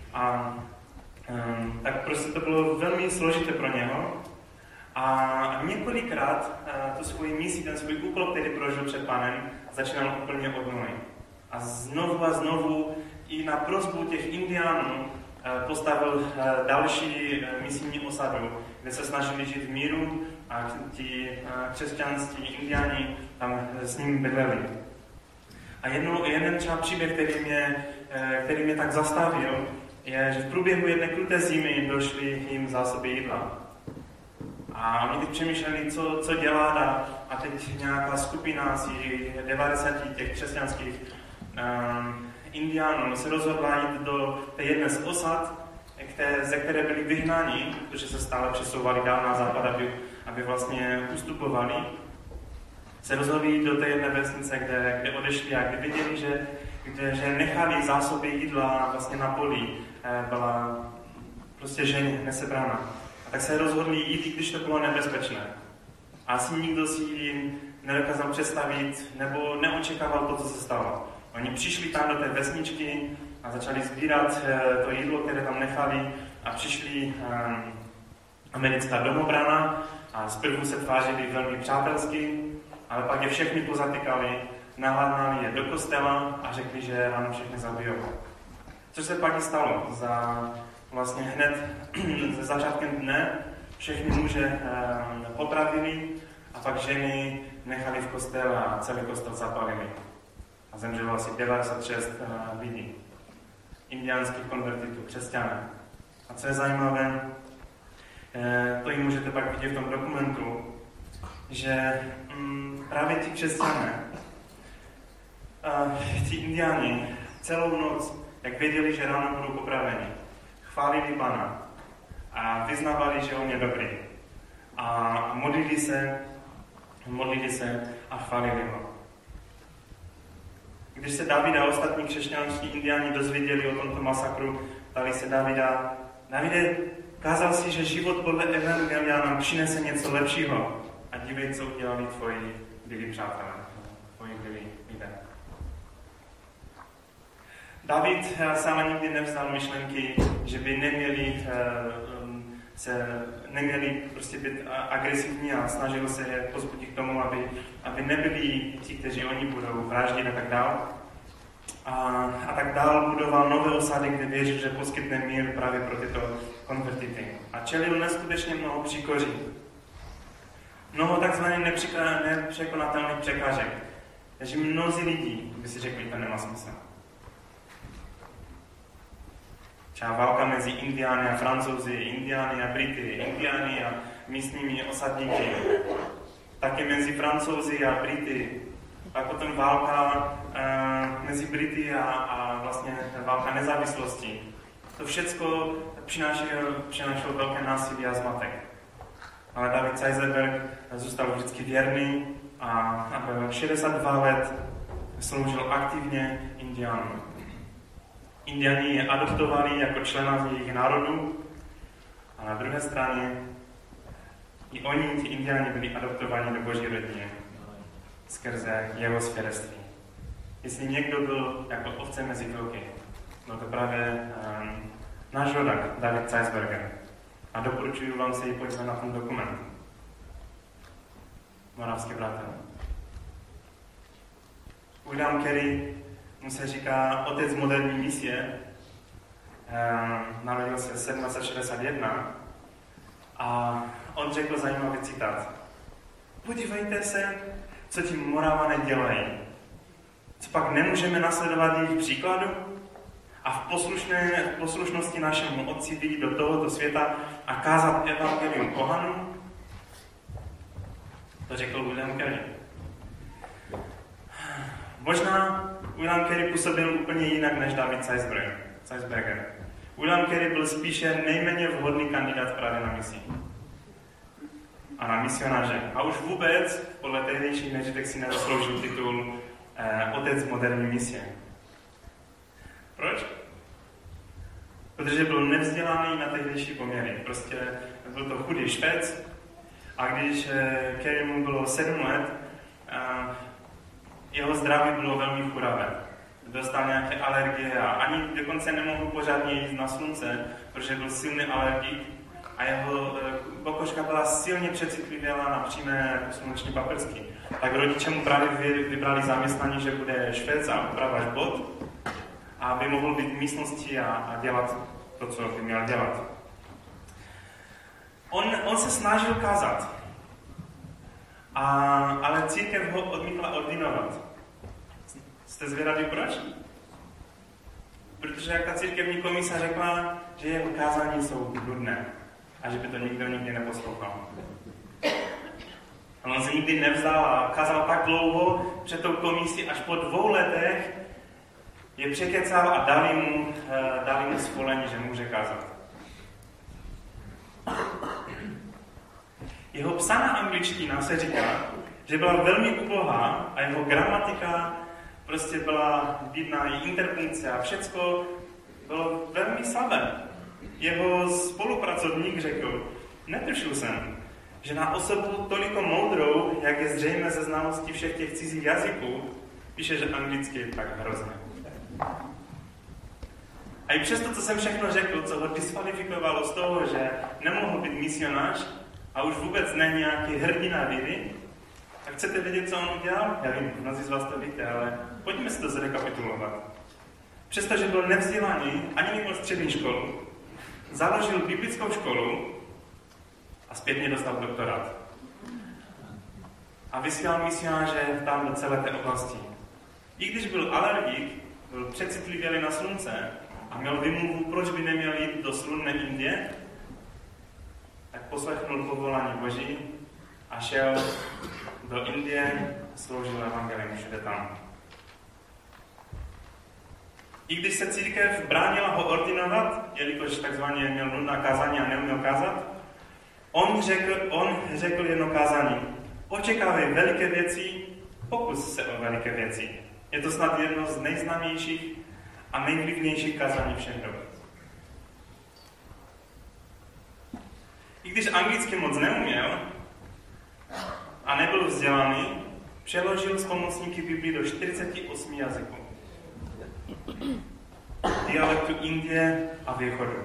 A um, tak prostě to bylo velmi složité pro něho. A několikrát uh, tu svoji misi, ten svůj úkol, který prožil před Pánem, začínal úplně od nuly. A znovu a znovu i na prosbu těch indiánů uh, postavil uh, další uh, misijní osadu, kde se snažili žít v míru a ti uh, křesťanství indiáni tam s ním bydleli. A jednou, jeden třeba příběh, který mě, uh, který mě tak zastavil, je, že v průběhu jedné kruté zimy došly jim zásoby jídla. A oni teď přemýšleli, co, co dělat a, a teď nějaká skupina asi devadesáti těch křesťanských um, indiánů se rozhodla jít do té jedné z osad, které, ze které byli vyhnáni, protože se stále přesouvali dál na západ, aby, aby vlastně ustupovali. Se rozhodli jít do té jedné vesnice, kde, kde odešli a kde viděli, že, kde, že nechali zásoby jídla vlastně na poli, byla prostě žen nesebrána. Tak se rozhodli jít, i když to bylo nebezpečné. A asi nikdo si nedokázal představit, nebo neočekával to, co se stalo. Oni přišli tam do té vesničky a začali sbírat to jídlo, které tam nechali, a přišli um, americká domobrana a zprvu se tvářili velmi přátelsky, ale pak je všechny pozatykali, nahladnali je do kostela a řekli, že ráno všechny zabijou. Což se pak i stalo. Za vlastně hned ze začátkem dne všechny muže e, popravili a pak ženy nechali v kostele a celý kostel zapalili. A zemřelo asi devadesát šest e, lidí. Indiánských konvertitů, křesťané. A co je zajímavé, e, to i můžete pak vidět v tom dokumentu, že mm, právě ti křesťané, e, ti indiáni celou noc, jak věděli, že ráno budou popraveni, chválili Pana a vyznávali, že on je dobrý. A modlili se, modlili se a chválili ho. Když se David a ostatní křesťanští indiáni dozvěděli o tomto masakru, ptali se Davida: Davide, kázal si, že život podle evangelia nám přinese něco lepšího. A dívej, co udělali tvoji byli přátelé, tvoji byli lidé. David se ale nikdy nevzdal myšlenky, že by neměli se neměli prostě být agresivní a snažil se je pozbudit k tomu, aby, aby nebyli ti, kteří oni budou vraždit a tak dál. A, a tak dál budoval nové osady, kde věřil, že poskytne mír právě pro tyto konvertity. A čelil neskutečně mnoho příkoří. Mnoho takzvaných nepřekonatelných překážek. Takže mnozí lidi by si řekli, to nemá smysl. Třeba válka mezi Indiány a Francouzi, Indiány a Brity, Indiány a místními osadníky. Taky mezi Francouzi a Brity. Pak potom válka e, mezi Brity a, a vlastně válka nezávislosti. To všecko přinášelo, přinášelo velké násilí a zmatek. Ale David Zeisberg zůstal vždycky věrný a, a šedesát dva let sloužil aktivně Indiánům. Indiáni je adoptovali jako člena jejich národu a na druhé straně i oni, ti Indiáni, byli adoptováni do Boží rodiny skrze jeho svědectví. Jestli někdo byl jako ovce mezi vlky, byl to právě um, náš rodak, David Zeisberger. A doporučuji vám se ji podívat na ten dokument. Moravský bratr. William Carey mu se říká otec moderní misie. Ehm, narodil se sedmnáct set šedesát jedna a on řekl zajímavý citát. Podívejte se, co ti Moravané dělají. Co pak nemůžeme nasledovat jejich příkladu a v, poslušné, v poslušnosti našemu otci vyjít do tohoto světa a kázat evangelium pohanům? To řekl William Carey. Možná William Carey působil úplně jinak než David Zeisberger. William Carey byl spíše nejméně vhodný kandidát právě na misi. A na misionáře. A už vůbec podle tehdejších měřítek si nezasloužil titul eh, otec moderní misie. Proč? Protože byl nevzdělaný na tehdejší poměry. Prostě byl to chudý Švéd a když eh, Carey mu bylo sedm let, eh, jeho zdraví bylo velmi churavé. dostal nějaké alergie a ani dokonce nemohl pořádně jít na slunce, protože byl silný alergik a jeho pokožka byla silně přecitlivěla na přímé sluneční paprsky. Tak rodiče mu právě vybrali zaměstnání, že bude švec a upravač bod, aby mohl být v místnosti a, a dělat to, co by měl dělat. On, on se snažil kázat, a, ale církev ho odmítla ordinovat. Jste zvědaví proč? Protože jak ta církevní komise řekla, že jeho kázání jsou nudné a že by to nikdo nikdy neposlouchal. A on se nikdy nevzdal a kázal tak dlouho před tou komisí, až po dvou letech je překecal a dali mu, dali mu svolení, že může kázat. Jeho psaná angličtina se říká, že byla velmi ubohá a jeho gramatika prostě byla vidná, i interpunkce a všecko bylo velmi slabé. Jeho spolupracovník řekl, netušil jsem, že na osobu toliko moudrou, jak je zřejmé ze znalostí všech těch cizích jazyků, píše, že anglicky je tak hrozně. A i přesto, co jsem všechno řekl, co ho diskvalifikovalo z toho, že nemohl být misionář a už vůbec není nějaký hrdina víry, tak chcete vědět, co on udělal? Já vím, mnozí z vás to víte, ale pojďme si to zrekapitulovat. Přestože byl nevzdělaný, ani neměl střední školu, založil biblickou školu a zpětně dostal doktorát. A vysílal misionáře tam do celé té oblasti. I když byl alergik, byl přecitlivělý na slunce a měl vymluvu, proč by neměl jít do slunné Indie, tak poslechnul povolání Boží a šel do Indie a sloužil evangelium všude tam. I když se církev bránila ho ordinovat, jelikož takzvaně měl nudná kázání a neuměl kázat, on řekl, on řekl jedno kázání. Očekávej veliké věci, pokus se o veliké věci. Je to snad jedno z nejznámějších a nejvlivnějších kázání všech dob. I když anglicky moc neuměl a nebyl vzdělaný, přeložil z pomocníky Biblii do čtyřiceti osmi jazyků. Dialektu Indie a východu.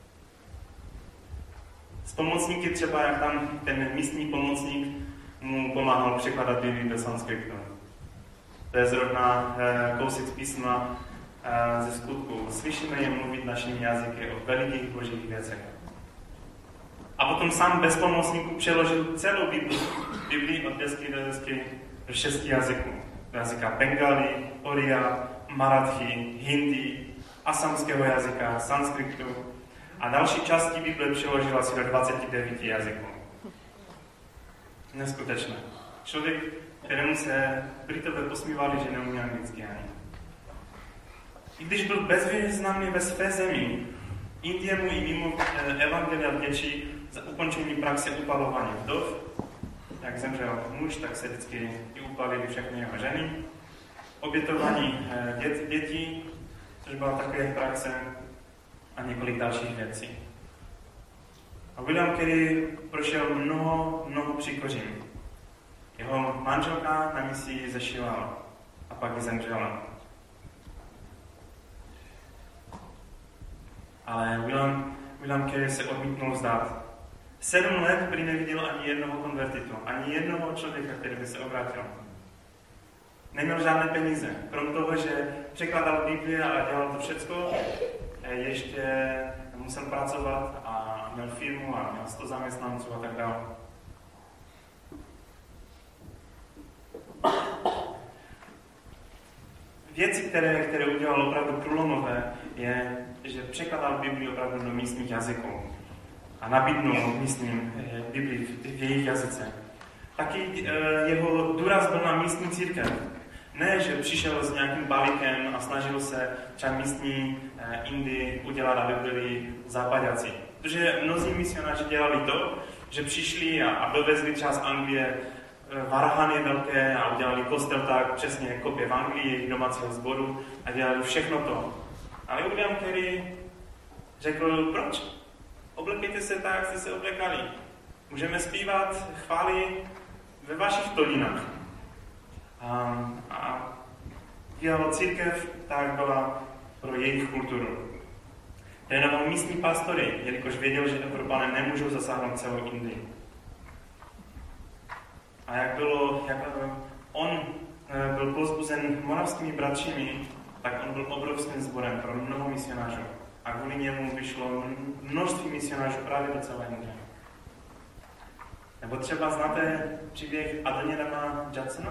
S pomocníky třeba, jak tam ten místní pomocník mu pomáhal překládat Biblii do sanskritu. To je zrovna eh, kousek z písma eh, ze Skutku. Slyšíme je mluvit našimi jazyky o velikých božích věcech. A potom sám bez pomocníků přeložil celou Biblii, Biblii od desky do desky do šesti jazyků. Do jazyka Bengali, Oriya, Marathi, Hindi, asamského jazyka, sanskritu a další části Bible přeložil asi do dvaceti devíti jazyků. Neskutečné. Člověk, kterému se Britové posmívali, že neumí anglicky ani. I když byl bezvýznamný ve své zemi, Indie mu i mimo evangelia vděčí za ukončení praxe upalování vdov. Jak zemřel muž, tak se vždycky i upalili všechny jeho ženy. Obětování dět, dětí, což byla také praxe, a několik dalších věcí. A William Carey prošel mnoho, mnoho příkořím. Jeho manželka na misi zešila a pak zemřela. Ale William, William Carey se odmítnul vzdát. Sedm let prý neviděl ani jednoho konvertitu, ani jednoho člověka, který by se obrátil. Neměl žádné peníze. Krom toho, že překládal Bibli a dělal to všecko, ještě musel pracovat a měl firmu a měl sto zaměstnanců a tak dále. Věci, které, které udělal opravdu průlomové, je, že překládal Bibli opravdu do místních jazyků a nabídnul místním Bibli v jejich jazyce. Taky jeho důraz byl na místní církev. Ne, že přišel s nějakým balíkem a snažil se třeba místní Indii udělat, aby byli západáci. Protože mnozí misionáři dělali to, že přišli a, a dovezli třeba z Anglie varhany velké a udělali kostel tak přesně kopie v Anglii, jejich domácího sboru a dělali všechno to. Ale William Carey řekl, proč? Oblekejte se tak, jak jste se oblekali. Můžeme zpívat chvály ve vašich tolinách. A, a Jeho církev tak byla pro jejich kulturu. Trénoval místní pastory, jelikož věděl, že Evropané nemůžou zasáhnout celou Indii. A jak bylo, jak on byl povzbuzen moravskými bratřími, tak on byl obrovským sborem pro mnoho misionářů. A kvůli němu vyšlo množství misionářů právě do celé Indie. Nebo třeba znáte příběh Adoniirama Judsona?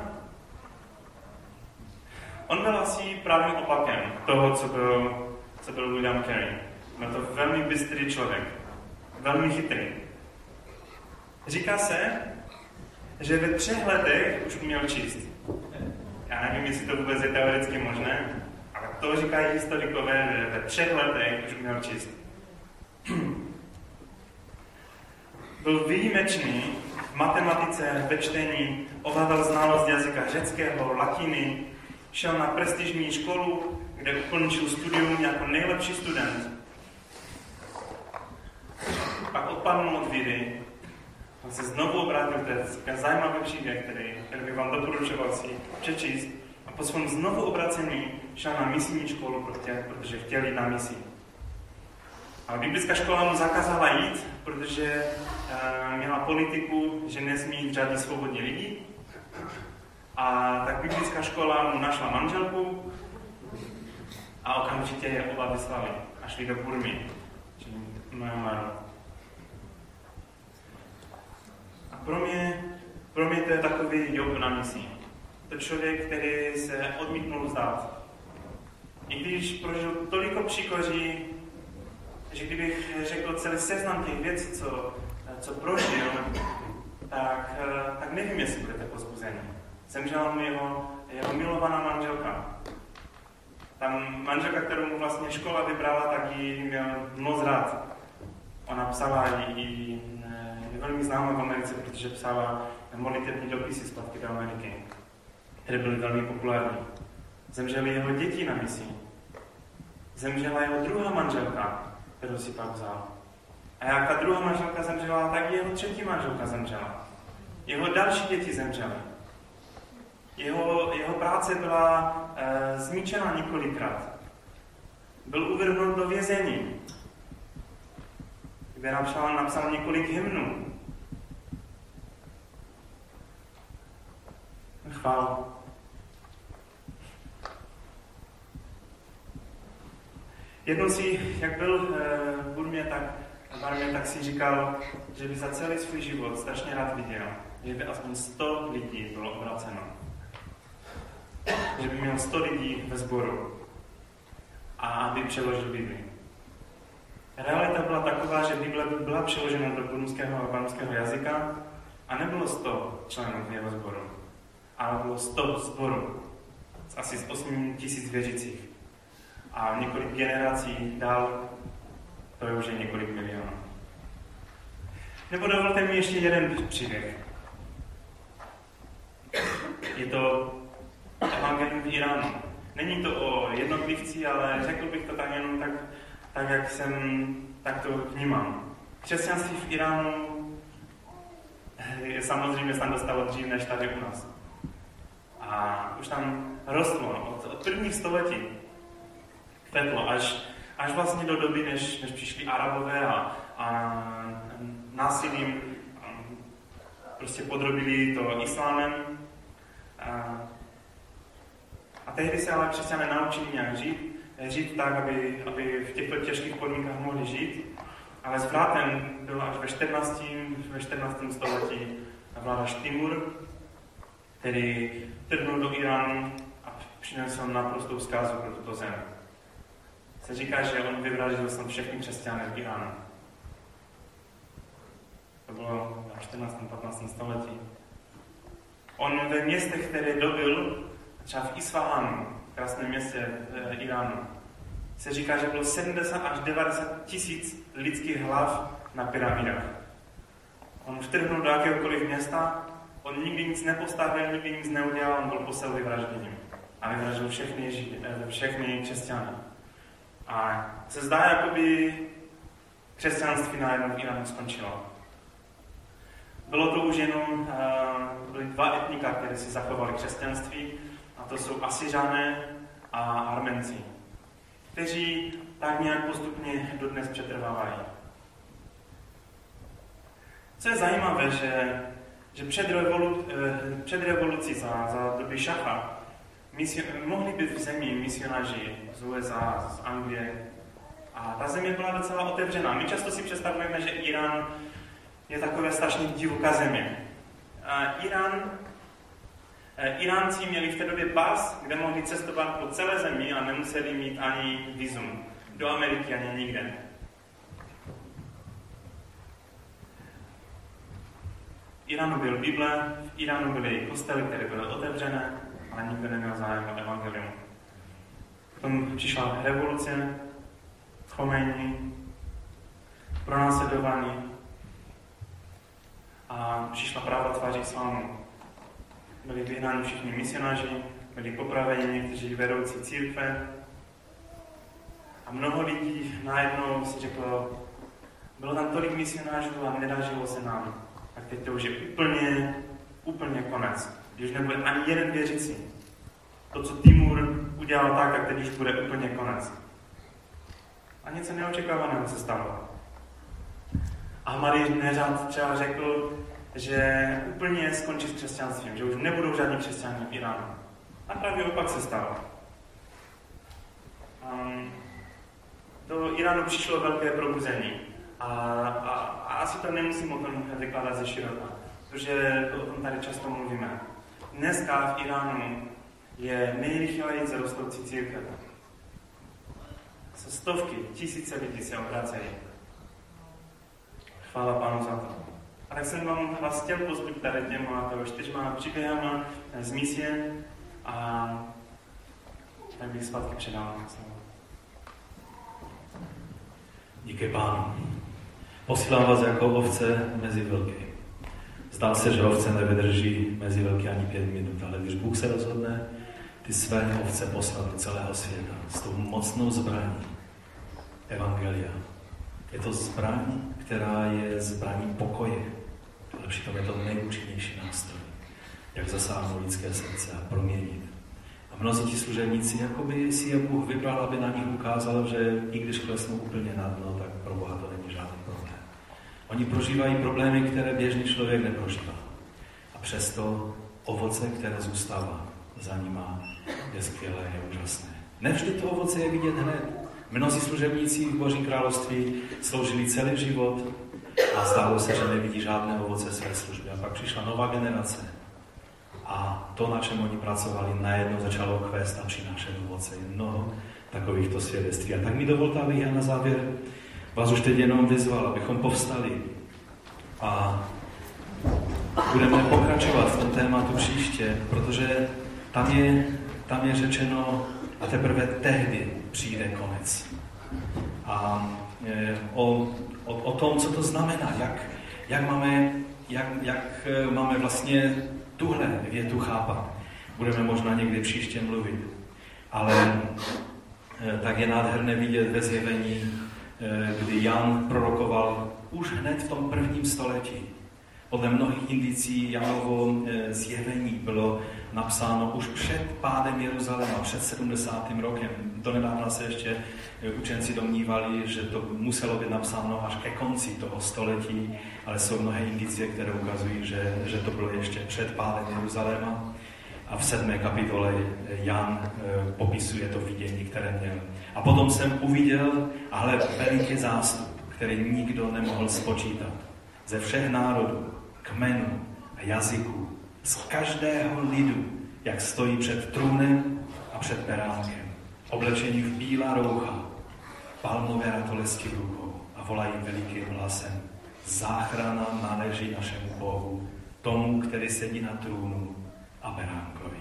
On byl asi právým opakem toho, co byl, co byl William Carey. Byl to velmi bystrý člověk, velmi chytrý. Říká se, že ve třech letech už uměl číst. Já nevím, jestli to vůbec je teoreticky možné, ale to říkají historikové, že ve třech letech už uměl číst. Byl výjimečný v matematice, ve čtení, ovládal znalost jazyka řeckého, latiny, šel na prestižní školu, kde ukončil studium jako nejlepší student. Pak odpadnul od víry, on se znovu obrátil, to je zajímavý příběh, který, který bych vám doporučoval si přečíst. A po svém znovu obracení šel na misijní školu, protože, protože chtěl jít na misi. A biblická škola mu zakázala jít, protože uh, měla politiku, že nesmí jít žádný svobodní lidi. A tak biblická škola mu našla manželku a okamžitě je oba vyslali a šli do Burmy, čili Myanmaru. A pro mě, pro mě to je takový Job na misi. To člověk, který se odmítnul vzdát. I když prožil toliko příkoří, že kdybych řekl celý seznam těch věcí, co, co prožil, tak, tak nevím, jestli budete pozbuzeni. Zemřela mu jeho, jeho milovaná manželka. Ta manželka, kterou mu vlastně škola vybrala, tak ji měl moc rád. Ona psala i, je velmi známá v Americe, protože psala modlitební dopisy zpátky do Ameriky, které byly velmi populární. Zemřely jeho děti na misi. Zemřela jeho druhá manželka, kterou si pak vzal. A jak ta druhá manželka zemřela, tak jeho třetí manželka zemřela. Jeho další děti zemřely. Jeho, jeho práce byla e, zničena několikrát. Byl uvrhnut do vězení, kde napsal, napsal několik hymnů. Chvál. Jednou si, jak byl e, v Burmě, tak, Barmě, tak si říkal, že by za celý svůj život strašně rád viděl, že by aspoň sto lidí bylo obraceno. Že by měl sto lidí ve sboru a aby přeložil Bibli. Realita byla taková, že Bible byla přeložena do burmského a barmského jazyka a nebylo sto členů v jeho sboru, ale bylo sto sborů, asi z osm tisíc věřících. A několik generací dál, to je už je několik milionů. Nebo dovolte mi ještě jeden příběh. Je to evangelium v Iránu. Není to o jednotlivci, ale řekl bych to tak jenom tak, tak jak jsem tak to vnímám. Křesťanství v Iránu je samozřejmě se tam dostalo dřív než tady u nás. A už tam rostlo od, od prvních století. Kvetlo až, až vlastně do doby, než, než přišli Arabové a, a násilím a prostě podrobili to islámem. A, a tehdy se ale křesťané naučili nějak žít, žít tak, aby, aby v těchto těžkých podmínkách mohli žít. Ale zvrátem byl až ve čtrnáctém století vládař Timur, který trhnul do Iránu a přinesl naprostou zkázu pro tuto zem. Se říká, že on vyvraždil snad všechny křesťany v Iránu. To bylo v čtrnáctém patnáctém století. On ve městech, které dobil, třeba v Isfahánu, krásném městě v Iránu, se říká, že bylo sedmdesát až devadesát tisíc lidských hlav na pyramidách. On vtrhnul do jakéhokoliv města, on nikdy nic nepostavil, nikdy nic neudělal, on byl posel vyvražděním. A vyvraždil všechny, všechny křesťany. A se zdá, jakoby křesťanství najednou v Iránu skončilo. Bylo to už jenom, byly dva etnika, které si zachovali křesťanství, a to jsou Asyřané a Arménci, kteří tak nějak postupně dodnes přetrvávají. Co je zajímavé, že, že před, revolu, před revolucí za, za doby šacha misio, mohli být v zemi misionáři z U S A, z Anglie. A ta země byla docela otevřená. My často si představujeme, že Irán je takové strašně divoká země. A Irán, Iránci měli v té době pas, kde mohli cestovat po celé zemi a nemuseli mít ani vízum. Do Ameriky ani nikde. V Iránu byl Bible, v Iránu byly kostely, které byly otevřené, ale nikdo neměl zájem o evangelium. Potom přišla revoluce, Chomejni, pronásledování a přišla pravá tvář islámu. Byli vyhnáni všichni misionáři, byli popraveni někteří vedoucí církve a mnoho lidí najednou si řeklo, bylo tam tolik misionářů a nedařilo se nám. Tak teď to už je úplně, úplně konec. Když nebude ani jeden věřící. To, co Timur udělal tak, tak teď už bude úplně konec. A něco neočekávaného se stalo. Ahmadinejad třeba řekl, že úplně skončí s křesťanstvím, že už nebudou žádní křesťané v Iránu. A právě opak se stalo. Um, do Iránu přišlo velké probuzení. A, a, a asi to nemusím o tom vykládat ze široka, protože o tom tady často mluvíme. Dneska v Iránu je nejrychleji rostoucí církev. Stovky, tisíce lidí se obracejí. Chvála Pánu za to. A tak jsem vám vás chtěl pozbudit tady těma čtyřma příběhama z misie a tak bych zpátky předal slovo. Díky Pánu. Posílám vás jako ovce mezi vlky. Zdá se, že ovce nevydrží mezi vlky ani pět minut, ale když Bůh se rozhodne ty své ovce poslat do celého světa s tou mocnou zbraní evangelia. Je to zbraň, která je zbraní pokoje, ale přitom je to nejúčinnější nástroj, jak zasáhnout lidské srdce a proměnit. A mnozí ti služebníci, jakoby si je Bůh vybral, aby na nich ukázal, že i když klesnou úplně na dno, tak pro Boha to není žádný problém. Oni prožívají problémy, které běžný člověk neprožívá. A přesto ovoce, které zůstává za nima, je skvělé, je úžasné. Nevždy to ovoce je vidět hned. Mnozí služebníci v Božím království sloužili celý život a zdálo se, že nevidí žádné ovoce své služby. A pak přišla nová generace a to, na čem oni pracovali, najednou začalo kvést a přinášet ovoce. Mnoho takovýchto svědectví. A tak mi dovolte, abych já na závěr vás už teď jenom vyzval, abychom povstali a budeme pokračovat v tom tématu příště, protože tam je, tam je řečeno, a teprve tehdy přijde konec. A e, o, o, o tom, co to znamená, jak, jak, máme, jak, jak máme vlastně tuhle větu chápat, budeme možná někdy příště mluvit. Ale e, tak je nádherné vidět ve zjevení, e, kdy Jan prorokoval už hned v tom prvním století. Podle mnohých indicí Janovo zjevení bylo napsáno už před pádem Jeruzaléma, před sedmdesátým rokem. Donedávna se ještě učenci domnívali, že to muselo být napsáno až ke konci toho století, ale jsou mnohé indicie, které ukazují, že, že to bylo ještě před pádem Jeruzaléma. A v sedmé kapitole Jan popisuje to vidění, které měl. A potom jsem uviděl, ale veliký zástup, který nikdo nemohl spočítat. Ze všech národů, kmenů a jazyků, z každého lidu, jak stojí před trůnem a před beránkem, oblečení v bílá roucha, palmové ratolesti v rukou a volají velikým hlasem: záchrana náleží našemu Bohu, tomu, který sedí na trůnu a beránkovi.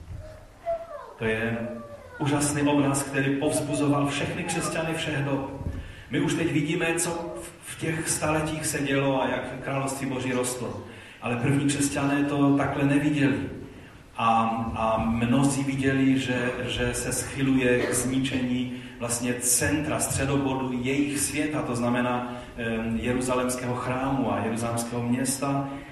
To je úžasný obraz, který povzbuzoval všechny křesťany všech dob. My už teď vidíme, co v těch staletích se dělo a jak království Boží rostlo. Ale první křesťané to takhle neviděli. A, a mnozí viděli, že, že se schyluje k zničení vlastně centra, středobodu jejich světa, to znamená e, jeruzalémského chrámu a jeruzalémského města.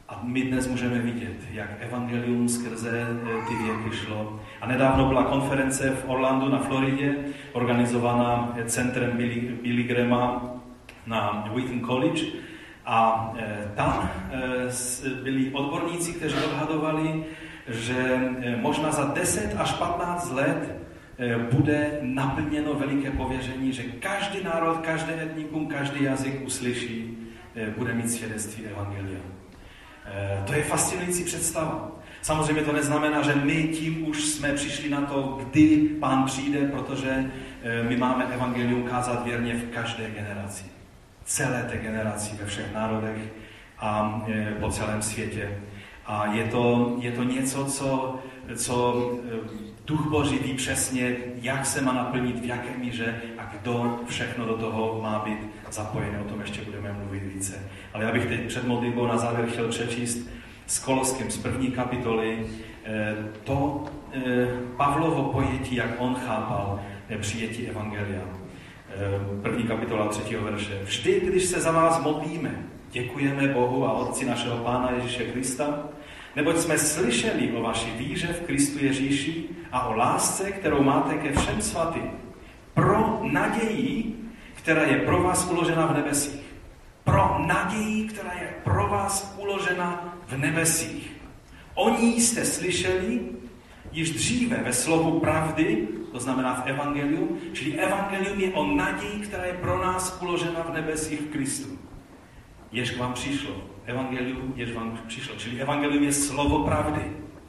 A my dnes můžeme vidět, jak evangelium skrze ty věky šlo. A nedávno byla konference v Orlandu na Floridě, organizovaná centrem Billy, Billy Grahama na Wheaton College. A tam byli odborníci, kteří odhadovali, že možná za deset až patnáct let bude naplněno veliké pověření, že každý národ, každé etnikum, každý jazyk uslyší, bude mít svědectví evangelia. To je fascinující představa. Samozřejmě to neznamená, že my tím už jsme přišli na to, kdy Pán přijde, protože my máme evangelium kázat věrně v každé generaci. Celé té generaci ve všech národech a po celém světě. A je to, je to něco, co, co Duch Boží ví přesně, jak se má naplnit, v jaké míře a kdo všechno do toho má být zapojený. O tom ještě budeme mluvit více. Ale já bych teď před modlitbou na závěr chtěl přečíst s Koloským z první kapitoly to Pavlovo pojetí, jak on chápal přijetí evangelia. První kapitola třetího verše. Vždy, když se za vás modlíme, děkujeme Bohu a Otci našeho Pána Ježíše Krista, neboť jsme slyšeli o vaší víře v Kristu Ježíši a o lásce, kterou máte ke všem svatým, pro naději, která je pro vás uložena v nebesích. Pro naději, která je pro vás uložena v nebesích. O ní jste slyšeli již dříve ve slovu pravdy, to znamená v evangeliu, čili evangelium je o naději, která je pro nás uložena v nebesích v Kristu. Jež k vám přišlo. Evangelium, jež vám přišlo. Čili evangelium je slovo pravdy.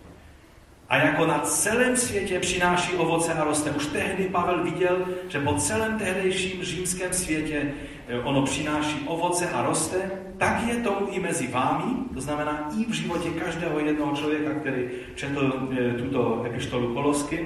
A jako na celém světě přináší ovoce a roste. Už tehdy Pavel viděl, že po celém tehdejším římském světě ono přináší ovoce a roste, tak je tomu i mezi vámi, to znamená i v životě každého jednoho člověka, který četl tuto epištolu Koloským.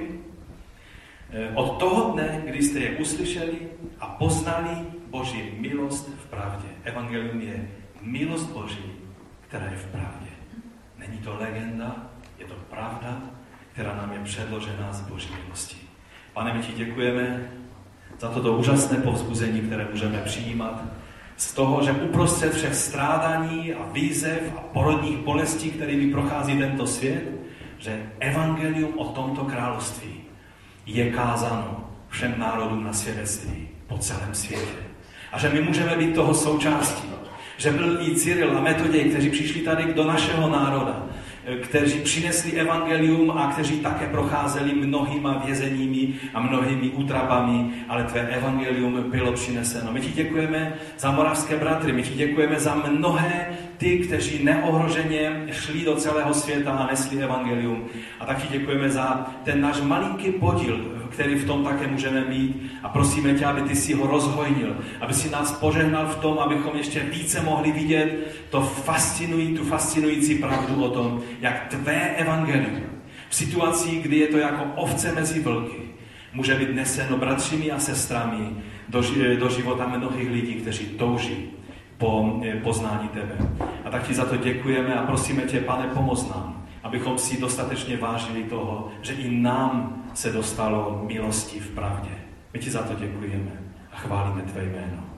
Od toho dne, kdy jste je uslyšeli a poznali Boží milost v pravdě. Evangelium je milost Boží, která je v pravdě. Není to legenda, je to pravda, která nám je předložena z Boží milosti. Pane, my ti děkujeme za toto úžasné povzbuzení, které můžeme přijímat z toho, že uprostřed všech strádání a výzev a porodních bolestí, kterými prochází tento svět, že evangelium o tomto království je kázáno všem národům na svědectví po celém světě. A že my můžeme být toho součástí. Že byl i Cyril a Metoděj, kteří přišli tady do našeho národa, kteří přinesli evangelium a kteří také procházeli mnohýma vězeními a mnohými útrapami, ale tvé evangelium bylo přineseno. My ti děkujeme za moravské bratry, my ti děkujeme za mnohé ty, kteří neohroženě šli do celého světa a nesli evangelium. A tak ti děkujeme za ten náš malinký podíl, který v tom také můžeme mít. A prosíme tě, aby ty si ho rozhojnil, aby si nás požehnal v tom, abychom ještě více mohli vidět to fascinují, tu fascinující pravdu o tom, jak tvé evangelium v situaci, kdy je to jako ovce mezi vlky, může být neseno bratřími a sestrami do, do života mnohých lidí, kteří touží po poznání tebe. A tak ti za to děkujeme a prosíme tě, Pane, pomoz nám, abychom si dostatečně vážili toho, že i nám se dostalo milosti v pravdě. My ti za to děkujeme a chválíme tvé jméno.